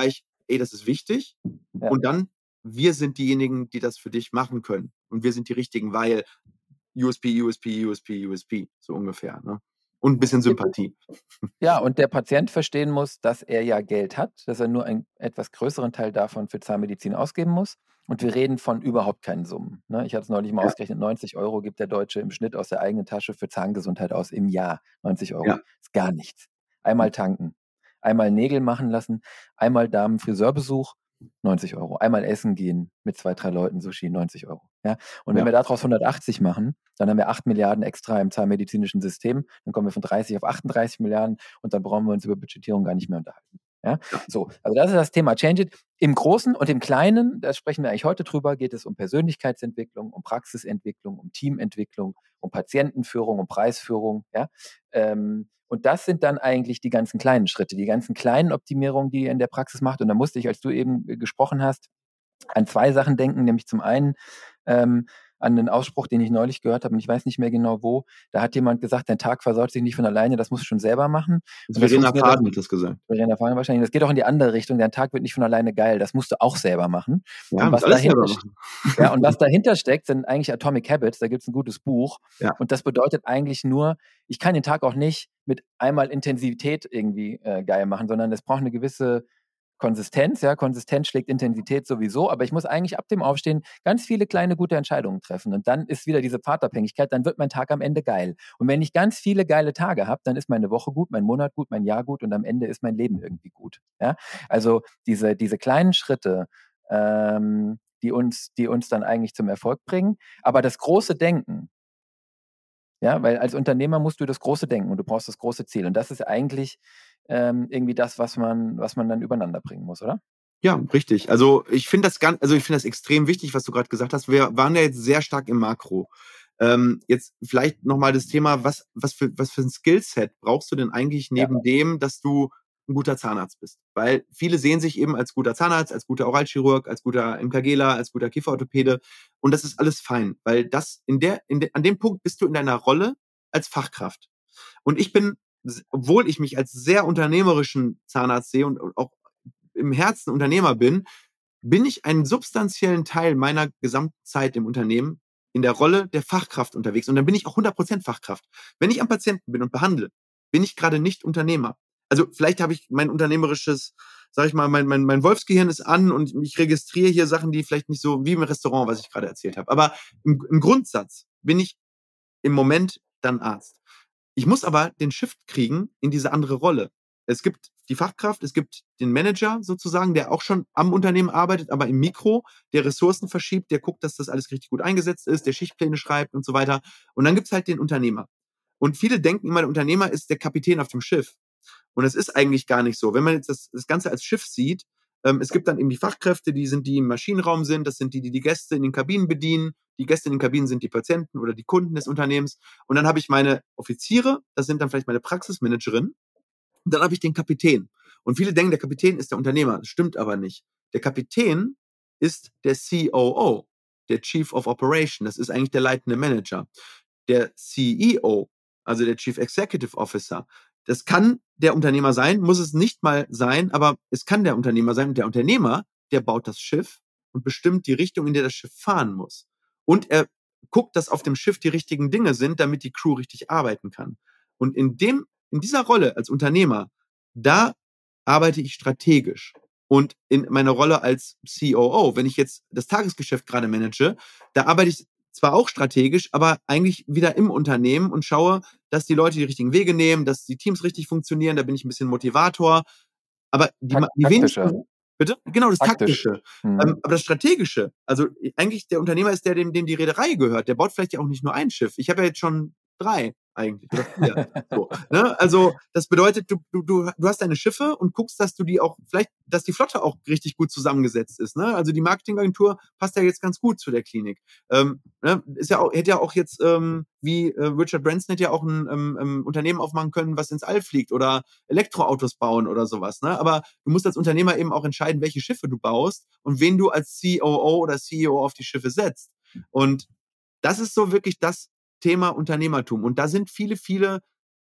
ey, das ist wichtig. Ja. Und dann, wir sind diejenigen, die das für dich machen können. Und wir sind die Richtigen, weil USP, USP, USP, USP, so ungefähr. Ne? Und ein bisschen Sympathie. Ja, und der Patient verstehen muss, dass er ja Geld hat, dass er nur einen etwas größeren Teil davon für Zahnmedizin ausgeben muss. Und wir reden von überhaupt keinen Summen. Ne? Ich hatte es neulich mal ausgerechnet, 90 € gibt der Deutsche im Schnitt aus der eigenen Tasche für Zahngesundheit aus im Jahr. 90 €. Ja. Ist gar nichts. Einmal tanken, einmal Nägel machen lassen, einmal Damen-Friseurbesuch, 90 €. Einmal essen gehen mit 2, 3 Leuten, Sushi, 90 €. Ja? Und wenn wir daraus 180 machen, dann haben wir 8 Milliarden extra im zahnmedizinischen System. Dann kommen wir von 30 auf 38 Milliarden und dann brauchen wir uns über Budgetierung gar nicht mehr unterhalten. Ja? So, also das ist das Thema Change It. Im Großen und im Kleinen, da sprechen wir eigentlich heute drüber, geht es um Persönlichkeitsentwicklung, um Praxisentwicklung, um Teamentwicklung, um Patientenführung, um Preisführung. Ja? Und das sind dann eigentlich die ganzen kleinen Schritte, die ganzen kleinen Optimierungen, die ihr in der Praxis macht. Und da musste ich, als du eben gesprochen hast, an 2 Sachen denken, nämlich zum einen an den Ausspruch, den ich neulich gehört habe, und ich weiß nicht mehr genau wo. Da hat jemand gesagt, dein Tag versaut sich nicht von alleine, das musst du schon selber machen. Verena Faden hat das gesagt. Verena Faden wahrscheinlich. Das geht auch in die andere Richtung. Dein Tag wird nicht von alleine geil, das musst du auch selber machen. Ja, und was dahinter steckt, sind eigentlich Atomic Habits. Da gibt es ein gutes Buch. Ja. Und das bedeutet eigentlich nur, ich kann den Tag auch nicht mit einmal Intensität irgendwie geil machen, sondern es braucht eine gewisse Konsistenz, ja, Konsistenz schlägt Intensität sowieso, aber ich muss eigentlich ab dem Aufstehen ganz viele kleine gute Entscheidungen treffen und dann ist wieder diese Pfadabhängigkeit, dann wird mein Tag am Ende geil. Und wenn ich ganz viele geile Tage habe, dann ist meine Woche gut, mein Monat gut, mein Jahr gut und am Ende ist mein Leben irgendwie gut. Ja? Also diese kleinen Schritte, die uns dann eigentlich zum Erfolg bringen, aber das große Denken, ja, weil als Unternehmer musst du das große Denken und du brauchst das große Ziel und das ist eigentlich irgendwie das, was man dann übereinander bringen muss, oder? Ja, richtig. Also ich finde das extrem wichtig, was du gerade gesagt hast. Wir waren ja jetzt sehr stark im Makro. Jetzt vielleicht nochmal das Thema, was für ein Skillset brauchst du denn eigentlich neben dem, dass du ein guter Zahnarzt bist? Weil viele sehen sich eben als guter Zahnarzt, als guter Oralchirurg, als guter MKGler, als guter Kieferorthopäde und das ist alles fein, weil das an dem Punkt bist du in deiner Rolle als Fachkraft. Und ich bin, obwohl ich mich als sehr unternehmerischen Zahnarzt sehe und auch im Herzen Unternehmer bin ich einen substanziellen Teil meiner Gesamtzeit im Unternehmen in der Rolle der Fachkraft unterwegs. Und dann bin ich auch 100% Fachkraft. Wenn ich am Patienten bin und behandle, bin ich gerade nicht Unternehmer. Also vielleicht habe ich mein unternehmerisches, sag ich mal, mein Wolfsgehirn ist an und ich registriere hier Sachen, die vielleicht nicht so wie im Restaurant, was ich gerade erzählt habe. Aber im Grundsatz bin ich im Moment dann Arzt. Ich muss aber den Shift kriegen in diese andere Rolle. Es gibt die Fachkraft, es gibt den Manager sozusagen, der auch schon am Unternehmen arbeitet, aber im Mikro, der Ressourcen verschiebt, der guckt, dass das alles richtig gut eingesetzt ist, der Schichtpläne schreibt und so weiter. Und dann gibt's halt den Unternehmer. Und viele denken immer, der Unternehmer ist der Kapitän auf dem Schiff. Und es ist eigentlich gar nicht so. Wenn man jetzt das Ganze als Schiff sieht, es gibt dann eben die Fachkräfte, die im Maschinenraum sind, das sind die Gäste in den Kabinen bedienen. Die Gäste in den Kabinen sind die Patienten oder die Kunden des Unternehmens. Und dann habe ich meine Offiziere, das sind dann vielleicht meine Praxismanagerinnen. Und dann habe ich den Kapitän. Und viele denken, der Kapitän ist der Unternehmer. Das stimmt aber nicht. Der Kapitän ist der COO, der Chief of Operation. Das ist eigentlich der leitende Manager. Der CEO, also der Chief Executive Officer, das kann der Unternehmer sein, muss es nicht mal sein, aber es kann der Unternehmer sein. Und der Unternehmer, der baut das Schiff und bestimmt die Richtung, in der das Schiff fahren muss. Und er guckt, dass auf dem Schiff die richtigen Dinge sind, damit die Crew richtig arbeiten kann. Und in dieser Rolle als Unternehmer, da arbeite ich strategisch. Und in meiner Rolle als COO, wenn ich jetzt das Tagesgeschäft gerade manage, da arbeite ich zwar auch strategisch, aber eigentlich wieder im Unternehmen und schaue, dass die Leute die richtigen Wege nehmen, dass die Teams richtig funktionieren, da bin ich ein bisschen Motivator. Aber die wenigsten... Bitte? Genau, das Taktische. Aber das Strategische, also eigentlich der Unternehmer ist der, dem die Reederei gehört. Der baut vielleicht ja auch nicht nur ein Schiff. Ich habe ja jetzt schon 3 eigentlich oder 4. So, ne? Also das bedeutet, du hast deine Schiffe und guckst, dass du die auch vielleicht, dass die Flotte auch richtig gut zusammengesetzt ist. Ne? Also die Marketingagentur passt ja jetzt ganz gut zu der Klinik. Ne? Hätte ja auch jetzt wie Richard Branson hätte ja auch ein Unternehmen aufmachen können, was ins All fliegt oder Elektroautos bauen oder sowas. Ne? Aber du musst als Unternehmer eben auch entscheiden, welche Schiffe du baust und wen du als COO oder CEO auf die Schiffe setzt. Und das ist so wirklich das Thema Unternehmertum. Und da sind viele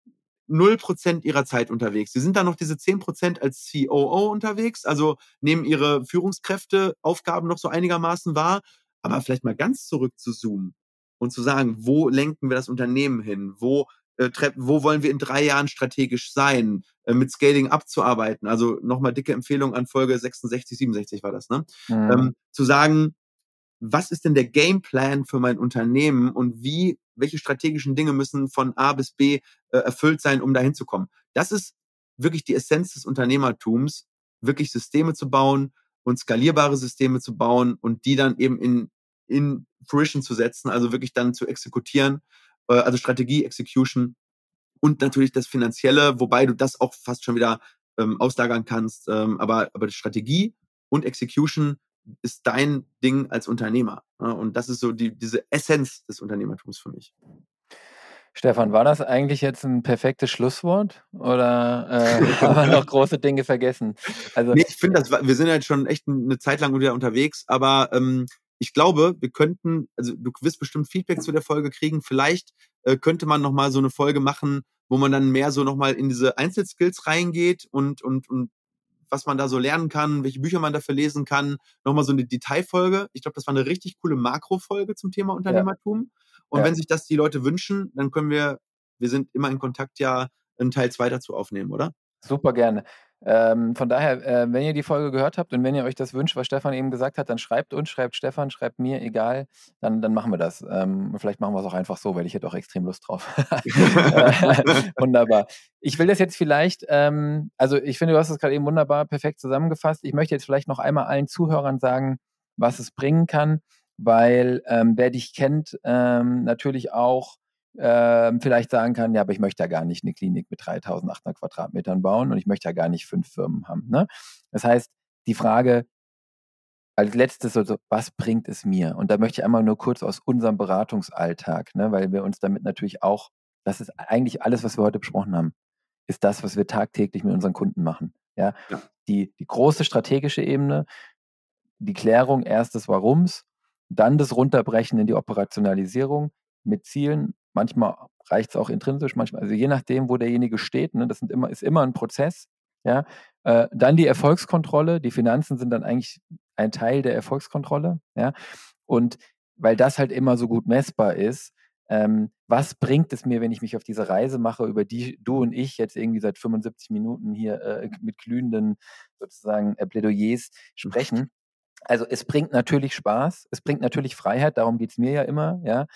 0% ihrer Zeit unterwegs. Sie sind dann noch diese 10% als COO unterwegs, also nehmen ihre Führungskräfteaufgaben noch so einigermaßen wahr, aber vielleicht mal ganz zurück zu zoomen und zu sagen, wo lenken wir das Unternehmen hin? Wo wollen wir in 3 Jahren strategisch sein? Mit Scaling abzuarbeiten. Also nochmal dicke Empfehlung an Folge 66, 67 war das, ne? Zu sagen, was ist denn der Gameplan für mein Unternehmen und welche strategischen Dinge müssen von A bis B erfüllt sein, um dahin zu kommen. Das ist wirklich die Essenz des Unternehmertums, wirklich Systeme zu bauen und skalierbare Systeme zu bauen und die dann eben in Fruition zu setzen, also wirklich dann zu exekutieren, also Strategie, Execution und natürlich das Finanzielle, wobei du das auch fast schon wieder auslagern kannst, aber die Strategie und Execution ist dein Ding als Unternehmer. Ja, und das ist so diese Essenz des Unternehmertums für mich. Stefan, war das eigentlich jetzt ein perfektes Schlusswort oder haben wir noch große Dinge vergessen? Also, Nee, ich finde, wir sind jetzt schon echt eine Zeit lang wieder unterwegs, aber ich glaube, wir könnten, also du wirst bestimmt Feedback zu der Folge kriegen, vielleicht könnte man nochmal so eine Folge machen, wo man dann mehr so nochmal in diese Einzelskills reingeht und was man da so lernen kann, welche Bücher man dafür lesen kann, nochmal so eine Detailfolge. Ich glaube, das war eine richtig coole Makrofolge zum Thema Unternehmertum. Und wenn sich das die Leute wünschen, dann können wir sind immer in Kontakt, ja, einen Teil 2 dazu aufnehmen, oder? Super gerne. Von daher, wenn ihr die Folge gehört habt und wenn ihr euch das wünscht, was Stefan eben gesagt hat, dann schreibt uns, schreibt Stefan, schreibt mir, egal, dann machen wir das. Vielleicht machen wir es auch einfach so, weil ich hätte auch extrem Lust drauf. Wunderbar. Ich will das jetzt vielleicht, also ich finde, du hast es gerade eben wunderbar perfekt zusammengefasst. Ich möchte jetzt vielleicht noch einmal allen Zuhörern sagen, was es bringen kann, weil wer dich kennt, natürlich auch vielleicht sagen kann, ja, aber ich möchte ja gar nicht eine Klinik mit 3.800 Quadratmetern bauen und ich möchte ja gar nicht 5 Firmen haben. Ne? Das heißt, die Frage als letztes, also, was bringt es mir? Und da möchte ich einmal nur kurz aus unserem Beratungsalltag, ne, weil wir uns damit natürlich auch, das ist eigentlich alles, was wir heute besprochen haben, ist das, was wir tagtäglich mit unseren Kunden machen. Ja? Ja. Die große strategische Ebene, die Klärung erst des Warums, dann das Runterbrechen in die Operationalisierung mit Zielen. Manchmal reicht es auch intrinsisch, manchmal, also je nachdem, wo derjenige steht, ne, das ist immer ein Prozess. Ja? Dann die Erfolgskontrolle, die Finanzen sind dann eigentlich ein Teil der Erfolgskontrolle. Ja? Und weil das halt immer so gut messbar ist, was bringt es mir, wenn ich mich auf diese Reise mache, über die du und ich jetzt irgendwie seit 75 Minuten hier mit glühenden sozusagen Plädoyers sprechen? Also es bringt natürlich Spaß, es bringt natürlich Freiheit, darum geht es mir ja immer, ja,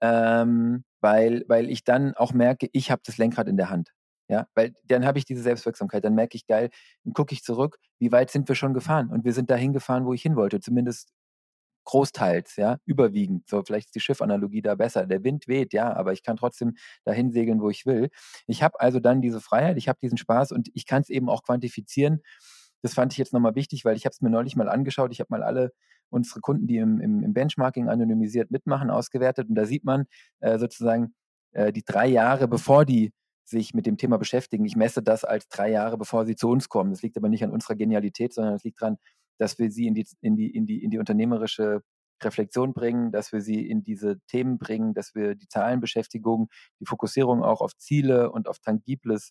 weil ich dann auch merke, ich habe das Lenkrad in der Hand. Ja, weil dann habe ich diese Selbstwirksamkeit, dann merke ich, geil, dann gucke ich zurück, wie weit sind wir schon gefahren? Und wir sind dahin gefahren, wo ich hin wollte, zumindest großteils, ja, überwiegend. So, vielleicht ist die Schiffanalogie da besser. Der Wind weht, ja, aber ich kann trotzdem dahin segeln, wo ich will. Ich habe also dann diese Freiheit, ich habe diesen Spaß und ich kann es eben auch quantifizieren. Das fand ich jetzt nochmal wichtig, weil ich habe es mir neulich mal angeschaut. Ich habe mal alle unsere Kunden, die im Benchmarking anonymisiert mitmachen, ausgewertet. Und da sieht man sozusagen die 3 Jahre, bevor die sich mit dem Thema beschäftigen. Ich messe das als 3 Jahre, bevor sie zu uns kommen. Das liegt aber nicht an unserer Genialität, sondern es liegt daran, dass wir sie in die unternehmerische Reflexion bringen, dass wir sie in diese Themen bringen, dass wir die Zahlenbeschäftigung, die Fokussierung auch auf Ziele und auf Tangibles,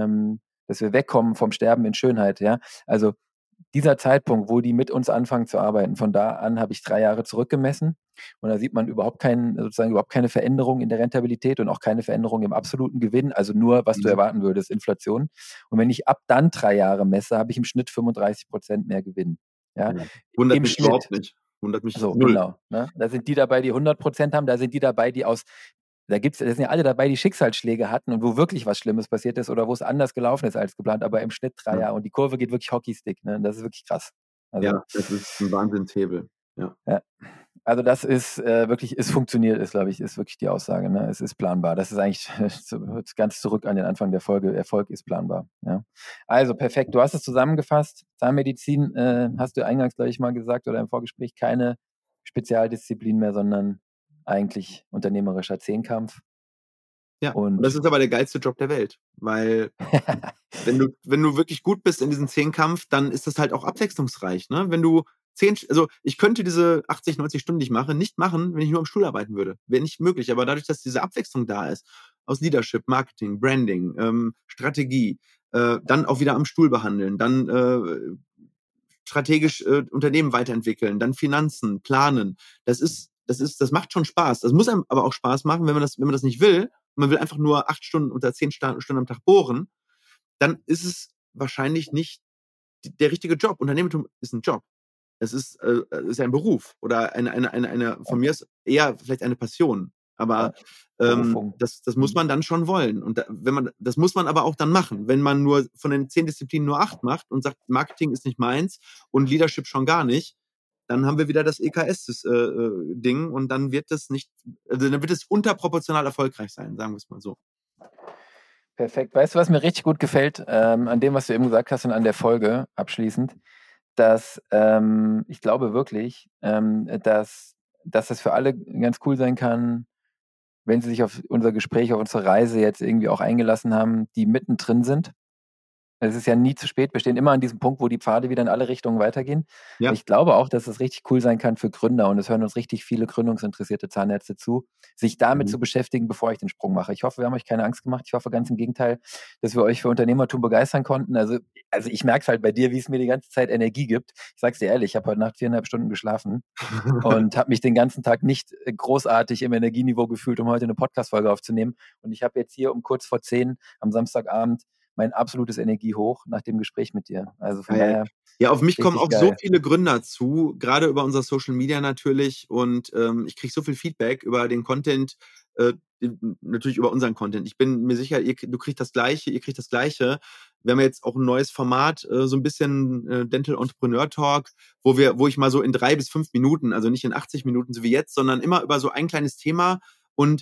dass wir wegkommen vom Sterben in Schönheit. Ja? Also dieser Zeitpunkt, wo die mit uns anfangen zu arbeiten, von da an habe ich 3 Jahre zurückgemessen und da sieht man überhaupt keine Veränderung in der Rentabilität und auch keine Veränderung im absoluten Gewinn, also nur, was du erwarten würdest, Inflation. Und wenn ich ab dann 3 Jahre messe, habe ich im Schnitt 35% mehr Gewinn. Ja? Wundert Im mich Schnitt. überhaupt nicht. Wundert mich So, null. genau. Ne? Da sind die dabei, die 100% haben, da sind die dabei, die da sind ja alle dabei, die Schicksalsschläge hatten und wo wirklich was Schlimmes passiert ist oder wo es anders gelaufen ist als geplant, aber im Schnitt 3 Jahre und die Kurve geht wirklich Hockeystick, ne? Das ist wirklich krass. Also, ja, das ist ein Wahnsinnshebel. Ja. Also das ist wirklich, es funktioniert, ist wirklich die Aussage. Ne? Es ist planbar. Das ist eigentlich ganz zurück an den Anfang der Folge. Erfolg ist planbar. Ja? Also perfekt. Du hast es zusammengefasst. Zahnmedizin, hast du eingangs, glaube ich, mal gesagt oder im Vorgespräch, keine Spezialdisziplin mehr, sondern eigentlich unternehmerischer Zehnkampf. Ja, und das ist aber der geilste Job der Welt, weil wenn du wirklich gut bist in diesem Zehnkampf, dann ist das halt auch abwechslungsreich. Ne? Also ich könnte diese 80, 90 Stunden, die ich mache, nicht machen, wenn ich nur am Stuhl arbeiten würde. Wäre nicht möglich, aber dadurch, dass diese Abwechslung da ist aus Leadership, Marketing, Branding, Strategie, dann auch wieder am Stuhl behandeln, dann strategisch Unternehmen weiterentwickeln, dann Finanzen, planen. Das macht schon Spaß. Das muss einem aber auch Spaß machen, wenn man das nicht will, und man will einfach nur 8 Stunden oder 10 Stunden am Tag bohren, dann ist es wahrscheinlich nicht der richtige Job. Unternehmertum ist ein Job. Es ist ein Beruf oder von mir ist eher vielleicht eine Passion. Aber das muss man dann schon wollen. Und das muss man aber auch dann machen. Wenn man nur von den 10 Disziplinen nur 8 macht und sagt, Marketing ist nicht meins und Leadership schon gar nicht, dann haben wir wieder das EKS-Ding und dann wird es unterproportional erfolgreich sein, sagen wir es mal so. Perfekt. Weißt du, was mir richtig gut gefällt an dem, was du eben gesagt hast und an der Folge abschließend, dass ich glaube wirklich, dass das für alle ganz cool sein kann, wenn sie sich auf unser Gespräch, auf unsere Reise jetzt irgendwie auch eingelassen haben, die mittendrin sind. Es ist ja nie zu spät. Wir stehen immer an diesem Punkt, wo die Pfade wieder in alle Richtungen weitergehen. Ja. Ich glaube auch, dass es richtig cool sein kann für Gründer, und es hören uns richtig viele gründungsinteressierte Zahnärzte zu, sich damit zu beschäftigen, bevor ich den Sprung mache. Ich hoffe, wir haben euch keine Angst gemacht. Ich hoffe ganz im Gegenteil, dass wir euch für Unternehmertum begeistern konnten. Also ich merke es halt bei dir, wie es mir die ganze Zeit Energie gibt. Ich sag's dir ehrlich, ich habe heute Nacht 4,5 Stunden geschlafen und habe mich den ganzen Tag nicht großartig im Energieniveau gefühlt, um heute eine Podcast-Folge aufzunehmen. Und ich habe jetzt hier um kurz vor 10 am Samstagabend mein absolutes Energiehoch nach dem Gespräch mit dir. Also von daher. Ja, auf mich kommen auch geil. so viele Gründer zu, gerade über unser Social Media natürlich. Und ich kriege so viel Feedback über den Content, natürlich über unseren Content. Ich bin mir sicher, du kriegst das Gleiche, ihr kriegt das Gleiche. Wir haben jetzt auch ein neues Format, so ein bisschen Dental Entrepreneur Talk, wo ich mal so in 3 bis 5 Minuten, also nicht in 80 Minuten so wie jetzt, sondern immer über so ein kleines Thema, und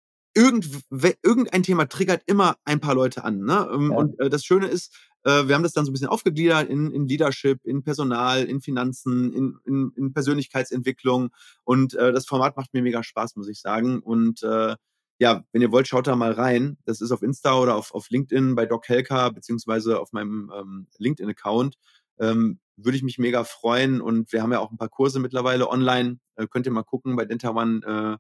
irgendein Thema triggert immer ein paar Leute an. Ne? Ja. Und das Schöne ist, wir haben das dann so ein bisschen aufgegliedert in Leadership, in Personal, in Finanzen, in Persönlichkeitsentwicklung. Und das Format macht mir mega Spaß, muss ich sagen. Und ja, wenn ihr wollt, schaut da mal rein. Das ist auf Insta oder auf LinkedIn bei Doc Helka, beziehungsweise auf meinem LinkedIn-Account. Würde ich mich mega freuen. Und wir haben ja auch ein paar Kurse mittlerweile online. Könnt ihr mal gucken bei DentaOne.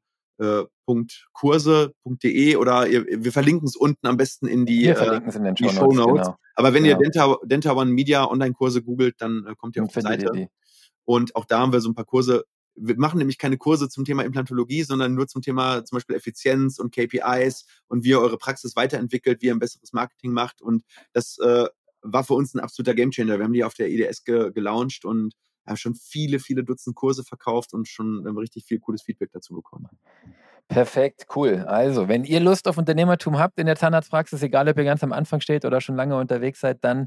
.kurse.de oder wir verlinken es unten am besten in die Shownotes. Genau. Aber wenn ihr DentaOne Media Online-Kurse googelt, dann kommt ihr auf die Seite. Und auch da haben wir so ein paar Kurse. Wir machen nämlich keine Kurse zum Thema Implantologie, sondern nur zum Thema zum Beispiel Effizienz und KPIs und wie ihr eure Praxis weiterentwickelt, wie ihr ein besseres Marketing macht. Und das war für uns ein absoluter Gamechanger. Wir haben die auf der IDS gelauncht und haben schon viele, viele Dutzend Kurse verkauft und schon richtig viel cooles Feedback dazu bekommen. Perfekt, cool. Also, wenn ihr Lust auf Unternehmertum habt in der Zahnarztpraxis, egal ob ihr ganz am Anfang steht oder schon lange unterwegs seid, dann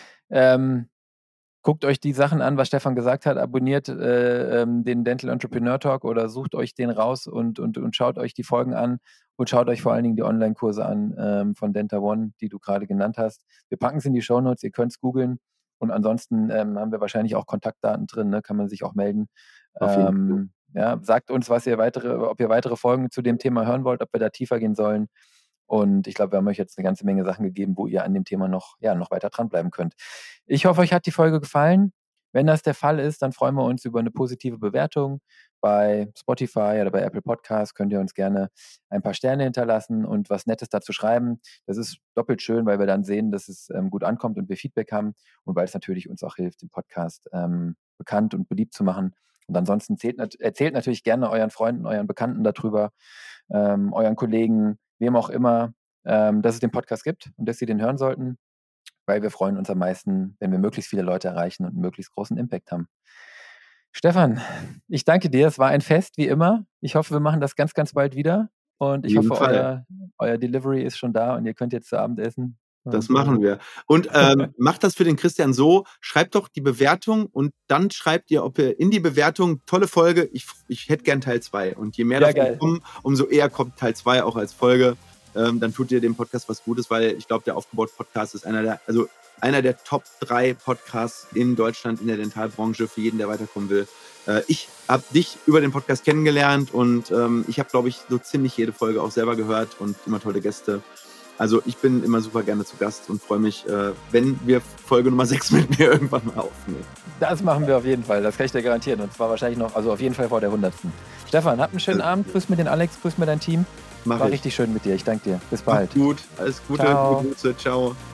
guckt euch die Sachen an, was Stefan gesagt hat, abonniert den Dental Entrepreneur Talk oder sucht euch den raus und schaut euch die Folgen an und schaut euch vor allen Dingen die Online-Kurse an von DentaOne, die du gerade genannt hast. Wir packen es in die Shownotes, ihr könnt es googeln. Und ansonsten haben wir wahrscheinlich auch Kontaktdaten drin, ne? Kann man sich auch melden. Ja, sagt uns, ob ihr weitere Folgen zu dem Thema hören wollt, ob wir da tiefer gehen sollen. Und ich glaube, wir haben euch jetzt eine ganze Menge Sachen gegeben, wo ihr an dem Thema noch weiter dranbleiben könnt. Ich hoffe, euch hat die Folge gefallen. Wenn das der Fall ist, dann freuen wir uns über eine positive Bewertung. Bei Spotify oder bei Apple Podcasts könnt ihr uns gerne ein paar Sterne hinterlassen und was Nettes dazu schreiben. Das ist doppelt schön, weil wir dann sehen, dass es gut ankommt und wir Feedback haben und weil es natürlich uns auch hilft, den Podcast bekannt und beliebt zu machen. Und ansonsten erzählt natürlich gerne euren Freunden, euren Bekannten darüber, euren Kollegen, wem auch immer, dass es den Podcast gibt und dass sie den hören sollten, weil wir freuen uns am meisten, wenn wir möglichst viele Leute erreichen und einen möglichst großen Impact haben. Stefan, ich danke dir. Es war ein Fest, wie immer. Ich hoffe, wir machen das ganz, ganz bald wieder. Und ich hoffe, euer Delivery ist schon da und ihr könnt jetzt zu Abend essen. Das machen wir. Und macht das für den Christian so, schreibt doch die Bewertung und dann schreibt ihr, ob ihr in die Bewertung, tolle Folge, ich hätte gern Teil 2. Und je mehr davon kommen, umso eher kommt Teil 2 auch als Folge. Dann tut ihr dem Podcast was Gutes, weil ich glaube, der Aufgebaut-Podcast ist einer der Top 3 Podcasts in Deutschland in der Dentalbranche für jeden, der weiterkommen will. Ich habe dich über den Podcast kennengelernt und ich habe, glaube ich, so ziemlich jede Folge auch selber gehört und immer tolle Gäste. Also ich bin immer super gerne zu Gast und freue mich, wenn wir Folge Nummer 6 mit mir irgendwann mal aufnehmen. Das machen wir auf jeden Fall, das kann ich dir garantieren. Und zwar wahrscheinlich noch, also auf jeden Fall vor der 100. Stefan, habt einen schönen Abend. Grüß mir den Alex, grüß mir dein Team. War richtig schön mit dir. Ich danke dir. Bis bald. Gut, alles Gute. Ciao. Gute Grüße. Ciao.